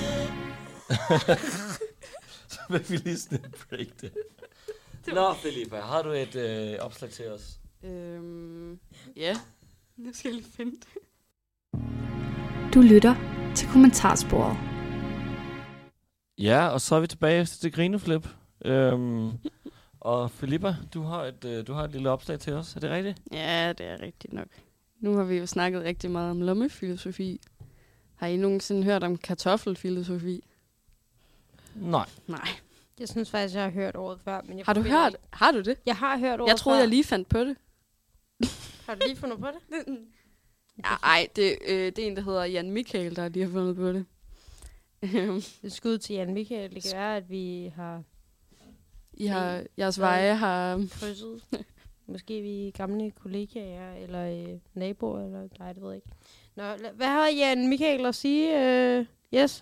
Speaker 2: Så vil vi lige sådan en break det. Nå, Filippa, har du et øh, opslag til os?
Speaker 3: Øhm, ja, nu skal jeg lige finde det.
Speaker 4: Du lytter til kommentarsporet.
Speaker 2: Ja, og så er vi tilbage efter det grineflip. Øhm, og Filippa, du har, et, øh, du har et lille opslag til os, er det rigtigt?
Speaker 3: Ja, det er rigtigt nok. Nu har vi jo snakket rigtig meget om lommefilosofi. Har I nogensinde hørt om kartoffelfilosofi?
Speaker 2: Nej.
Speaker 3: Nej.
Speaker 5: Jeg synes faktisk, jeg har hørt ordet før. Men jeg
Speaker 3: Har du
Speaker 5: forbinder
Speaker 3: hørt?
Speaker 5: ikke.
Speaker 3: Har du det?
Speaker 5: Jeg har hørt ordet
Speaker 3: Jeg troede,
Speaker 5: før.
Speaker 3: jeg lige fandt på det.
Speaker 5: Har du lige fundet på det?
Speaker 3: Ja, ej, det, øh, det er en, der hedder Jan Michael, der lige har fundet på det. Øhm,
Speaker 5: Det skud til Jan Michael. Det kan være, at vi har
Speaker 3: I har, jeres veje har...
Speaker 5: krydset. Måske vi er gamle kollegaer, eller øh, naboer, eller nej, det ved jeg ikke. Nå, la- hvad har Jan Michael at sige? Øh, yes?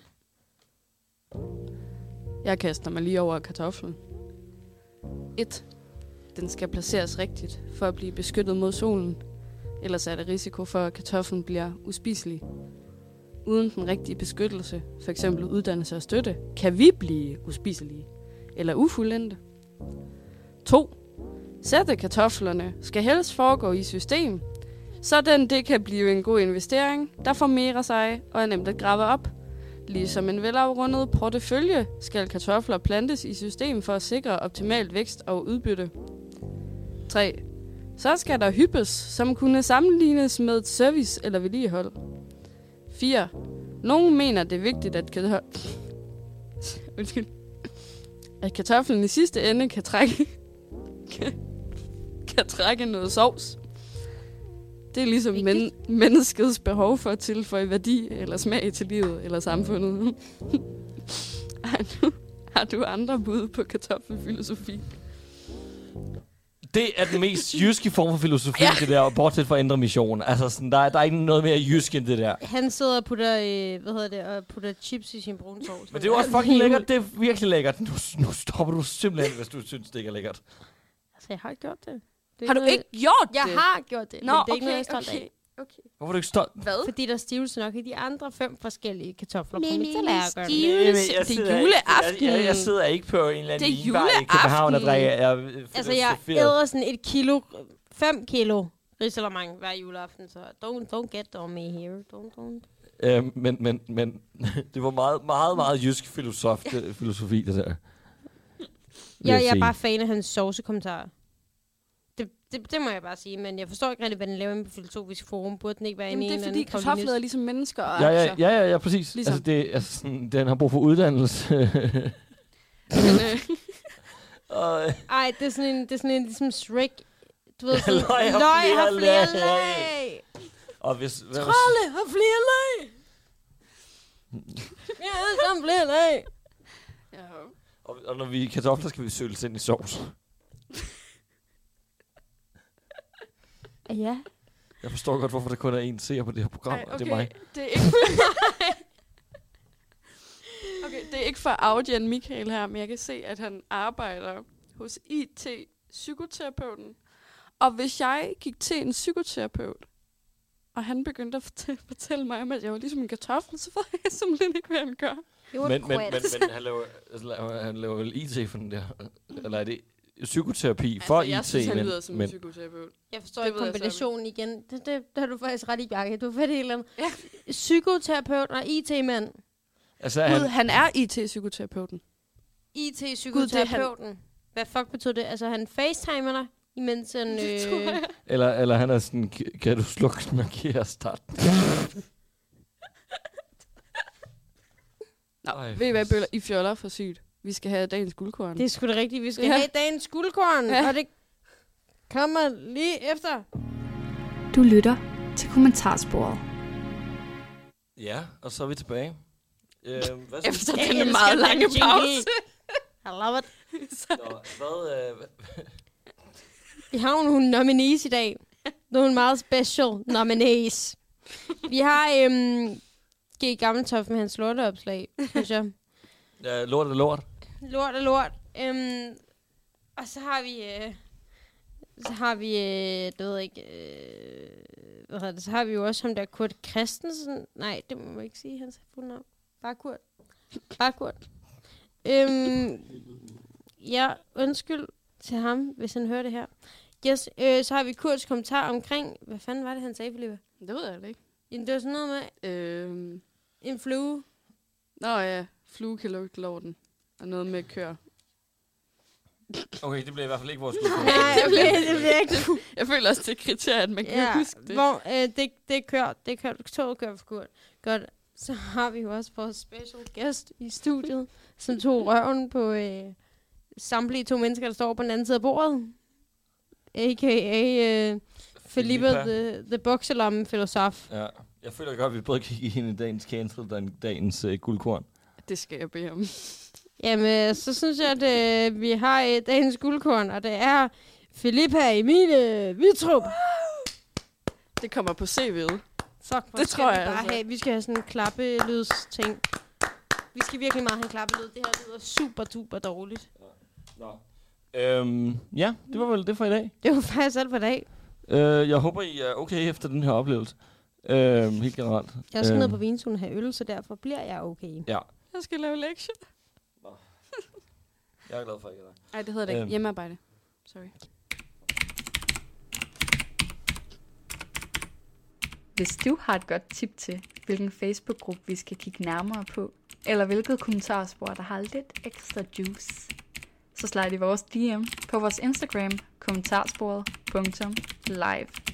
Speaker 3: Jeg kaster mig lige over kartoflen. et. Den skal placeres rigtigt for at blive beskyttet mod solen. Ellers er der risiko for, at kartoflen bliver uspiselig. Uden den rigtige beskyttelse, f.eks. uddannelse og støtte, kan vi blive uspiselige eller ufuldendte. to. Sætte kartoflerne skal helst foregå i system, sådan det kan blive en god investering, der formerer sig og er nemt at grave op. Ligesom en velafrundet portefølje skal kartofler plantes i system for at sikre optimalt vækst og udbytte. tre. Så skal der hyppes, som kunne sammenlignes med et service eller vedligehold. fire. Nogen mener, det er vigtigt, at kartoflen... Undskyld. At kartoflen i sidste ende kan trække... kan, kan trække noget sovs. Det er ligesom men- menneskets behov for at tilføje værdi eller smag til livet eller samfundet. har, du, har du andre bud på kartoffelfilosofi?
Speaker 2: Det er den mest jyske form for filosofi, ja. Det der, bortset fra Indre Mission. Altså, sådan, der, er, der er ikke noget mere jysk end det der.
Speaker 5: Han sidder og putter, øh, hvad hedder det, og putter chips i sin brune sovs.
Speaker 2: Men det er jo også fucking lækkert. Det er virkelig lækkert. Nu, nu stopper du simpelthen, hvis du synes, det ikke er lækkert.
Speaker 5: Altså, jeg har ikke gjort det. det
Speaker 3: har du
Speaker 5: noget,
Speaker 3: ikke gjort
Speaker 5: jeg
Speaker 3: det?
Speaker 5: Jeg har gjort det,
Speaker 3: Nå,
Speaker 5: men det er
Speaker 3: okay,
Speaker 5: ikke noget, jeg er stolt
Speaker 3: okay.
Speaker 5: af.
Speaker 3: Okay.
Speaker 2: Hvorfor er du ikke stolt?
Speaker 3: Hvad?
Speaker 5: Fordi der er stivelse nok i de andre fem forskellige kartofler på
Speaker 3: Men
Speaker 5: mit tallerken.
Speaker 3: stivelse. Det er juleaften.
Speaker 2: Jeg, jeg, jeg sidder ikke på en eller anden
Speaker 3: Det er
Speaker 2: vinbar i København og drikker. Jeg,
Speaker 5: altså, jeg æder sådan et kilo, fem kilo risalamande hver juleaften, så don't, don't get on me here. Don't, don't.
Speaker 2: Øh, men, men, men det var meget, meget, meget jysk filosof, det, filosofi, det der.
Speaker 5: Jeg, jeg er bare fan af hans sovsekommentarer. Det, det, det må jeg bare sige, men jeg forstår ikke rigtig, hvad den laver inde på Filosofisk Forum. Burde den ikke være inde i en
Speaker 3: Jamen,
Speaker 5: eller
Speaker 3: det er
Speaker 5: anden
Speaker 3: fordi kartofler er ligesom mennesker og
Speaker 2: ja, ja,
Speaker 3: aktier.
Speaker 2: ja, ja, ja, præcis.
Speaker 3: Ligesom.
Speaker 2: Altså, det, altså, sådan, den har brug for uddannelse.
Speaker 3: Men, øh,
Speaker 2: og,
Speaker 5: Ej, det er sådan en, det er sådan en ligesom Shrek. Du ved, sådan,
Speaker 2: løg har
Speaker 5: løg
Speaker 2: flere
Speaker 5: har flere
Speaker 2: lag.
Speaker 5: lag.
Speaker 2: og hvis... Hvad,
Speaker 5: Trolle har flere lag. Vi har alle sammen flere lag.
Speaker 3: ja.
Speaker 2: og, og når vi er kartofler, skal vi søles ind i sovs.
Speaker 5: Ja.
Speaker 2: Jeg forstår godt, hvorfor der kun er én seer på det her program,
Speaker 3: Ej, okay.
Speaker 2: og det er mig.
Speaker 3: Det er ikke okay, det er ikke for Audien Michael her, men jeg kan se, at han arbejder hos I T-psykoterapeuten. Og hvis jeg gik til en psykoterapeut, og han begyndte at fortælle, fortælle mig om, at jeg var ligesom en kartoffel, så ved jeg simpelthen ikke, hvad han gør.
Speaker 2: Men, men, men, men han, laver, altså, han laver vel I T for den der? Eller er det psykoterapi for
Speaker 3: altså, jeg
Speaker 2: I T?
Speaker 3: synes, han
Speaker 2: men,
Speaker 3: lyder som
Speaker 2: men,
Speaker 3: en psykoterapeut.
Speaker 5: Jeg forstår
Speaker 3: Det
Speaker 5: ikke
Speaker 3: ved jeg
Speaker 5: kombinationen igen. Det, det, det har du faktisk ret i, Bjarke. Du har fat i et eller andet.
Speaker 3: Ja.
Speaker 5: Psykoterapeut og I T-mand.
Speaker 2: altså, er
Speaker 3: Gud,
Speaker 2: han,
Speaker 3: han er I T-psykoterapeuten.
Speaker 5: I
Speaker 3: Gud, det er
Speaker 5: T-psykoterapeuten. Hvad fuck betyder det? Altså, han facetimer dig, imens han...
Speaker 3: Det tror
Speaker 5: Øh,
Speaker 3: jeg.
Speaker 2: eller, eller han er sådan, "Kan- kan du slukke den og give os start?
Speaker 3: Nå,
Speaker 2: Ej.
Speaker 3: ved I hvad, Bøller? I fjoller for sygt. Vi skal have dagens guldkorn.
Speaker 5: det er sgu da rigtigt. Vi skal
Speaker 3: Ja.
Speaker 5: ja. have dagens guldkorn,
Speaker 3: Ja.
Speaker 5: ja. og det kommer lige efter.
Speaker 4: Du lytter til kommentarsporet.
Speaker 2: Ja, og så er vi tilbage. Øh, hvad så?
Speaker 3: Efter
Speaker 5: Jeg
Speaker 3: denne
Speaker 5: elsker
Speaker 3: meget
Speaker 5: den
Speaker 3: lange
Speaker 5: jingle.
Speaker 3: pause.
Speaker 5: I love it.
Speaker 2: Nå, hvad, øh,
Speaker 5: Vi har jo nogle nominees i dag. Nogle meget special nominees. Vi har øhm, G. Gammeltoft med hans lorteopslag, synes jeg.
Speaker 2: ja, lort er lort.
Speaker 5: Lort er lort. Øhm, og så har vi... Øh, så har vi... Øh, det ved jeg ikke... Øh, hvad hedder det? Så har vi jo også ham der Kurt Christensen. Nej, det må man ikke sige, hans fulde navn. Bare Kurt. Bare Kurt. øhm, ja, undskyld til ham, hvis han hører det her. Yes, øh, så har vi Kurts kommentar omkring... Hvad fanden var det, han sagde, Philippa?
Speaker 3: Det ved jeg da ikke.
Speaker 5: Jamen, det var sådan noget med
Speaker 3: Øhm,
Speaker 5: en flue.
Speaker 3: nå ja, flue kan lugte lorten. Og noget med kør.
Speaker 2: Okay, det bliver i hvert fald ikke vores
Speaker 5: Nej,
Speaker 3: det bliver-
Speaker 5: det, det bliver ikke.
Speaker 3: Jeg føler også, det er kriteriet, at man kan
Speaker 5: Ja,
Speaker 3: huske det.
Speaker 5: hvor øh, det, det kører, det kører, toget kører for Kurt. Godt. Så har vi jo også vores special guest i studiet, som tog røven på øh, samtlige to mennesker, der står på den anden side af bordet. A K A øh, Philippa, the, the bokselomme-filosof.
Speaker 2: Ja, jeg føler godt, at vi både kan give hende dagens cancel og dagens øh, guldkorn.
Speaker 3: Det skal jeg bede om.
Speaker 5: Jamen, så synes jeg, at øh, vi har øh, dagens guldkorn, og det er Philippa Emilie Vitrup.
Speaker 3: Det kommer på C V'et.
Speaker 5: Fuck, hvor
Speaker 3: Det
Speaker 5: skal
Speaker 3: tror
Speaker 5: vi
Speaker 3: jeg
Speaker 5: bare
Speaker 3: altså.
Speaker 5: have. Vi skal have sådan en klappelyds-ting. Vi skal virkelig meget have en klappelyd. Det her lyder super duper dårligt.
Speaker 2: Nå. Øhm, ja, det var vel det for i dag.
Speaker 5: Det var faktisk alt for i dag.
Speaker 2: Øh, jeg håber, I er okay efter den her oplevelse. Øhm, helt generelt.
Speaker 5: Jeg skal
Speaker 2: Øhm,
Speaker 5: ned på vinstuen og have øl, så derfor bliver jeg okay.
Speaker 2: Ja,
Speaker 3: Jeg skal lave lektier.
Speaker 2: jeg er glad for, at I er der.
Speaker 3: Nej, det hedder det ikke.
Speaker 2: Øhm.
Speaker 3: Hjemmearbejde. Sorry.
Speaker 1: Hvis du har et godt tip til, hvilken Facebook-gruppe vi skal kigge nærmere på, eller hvilket kommentarspor, der har lidt ekstra juice, så
Speaker 4: så slide i vores D M på vores Instagram kommentarsporet punktum live.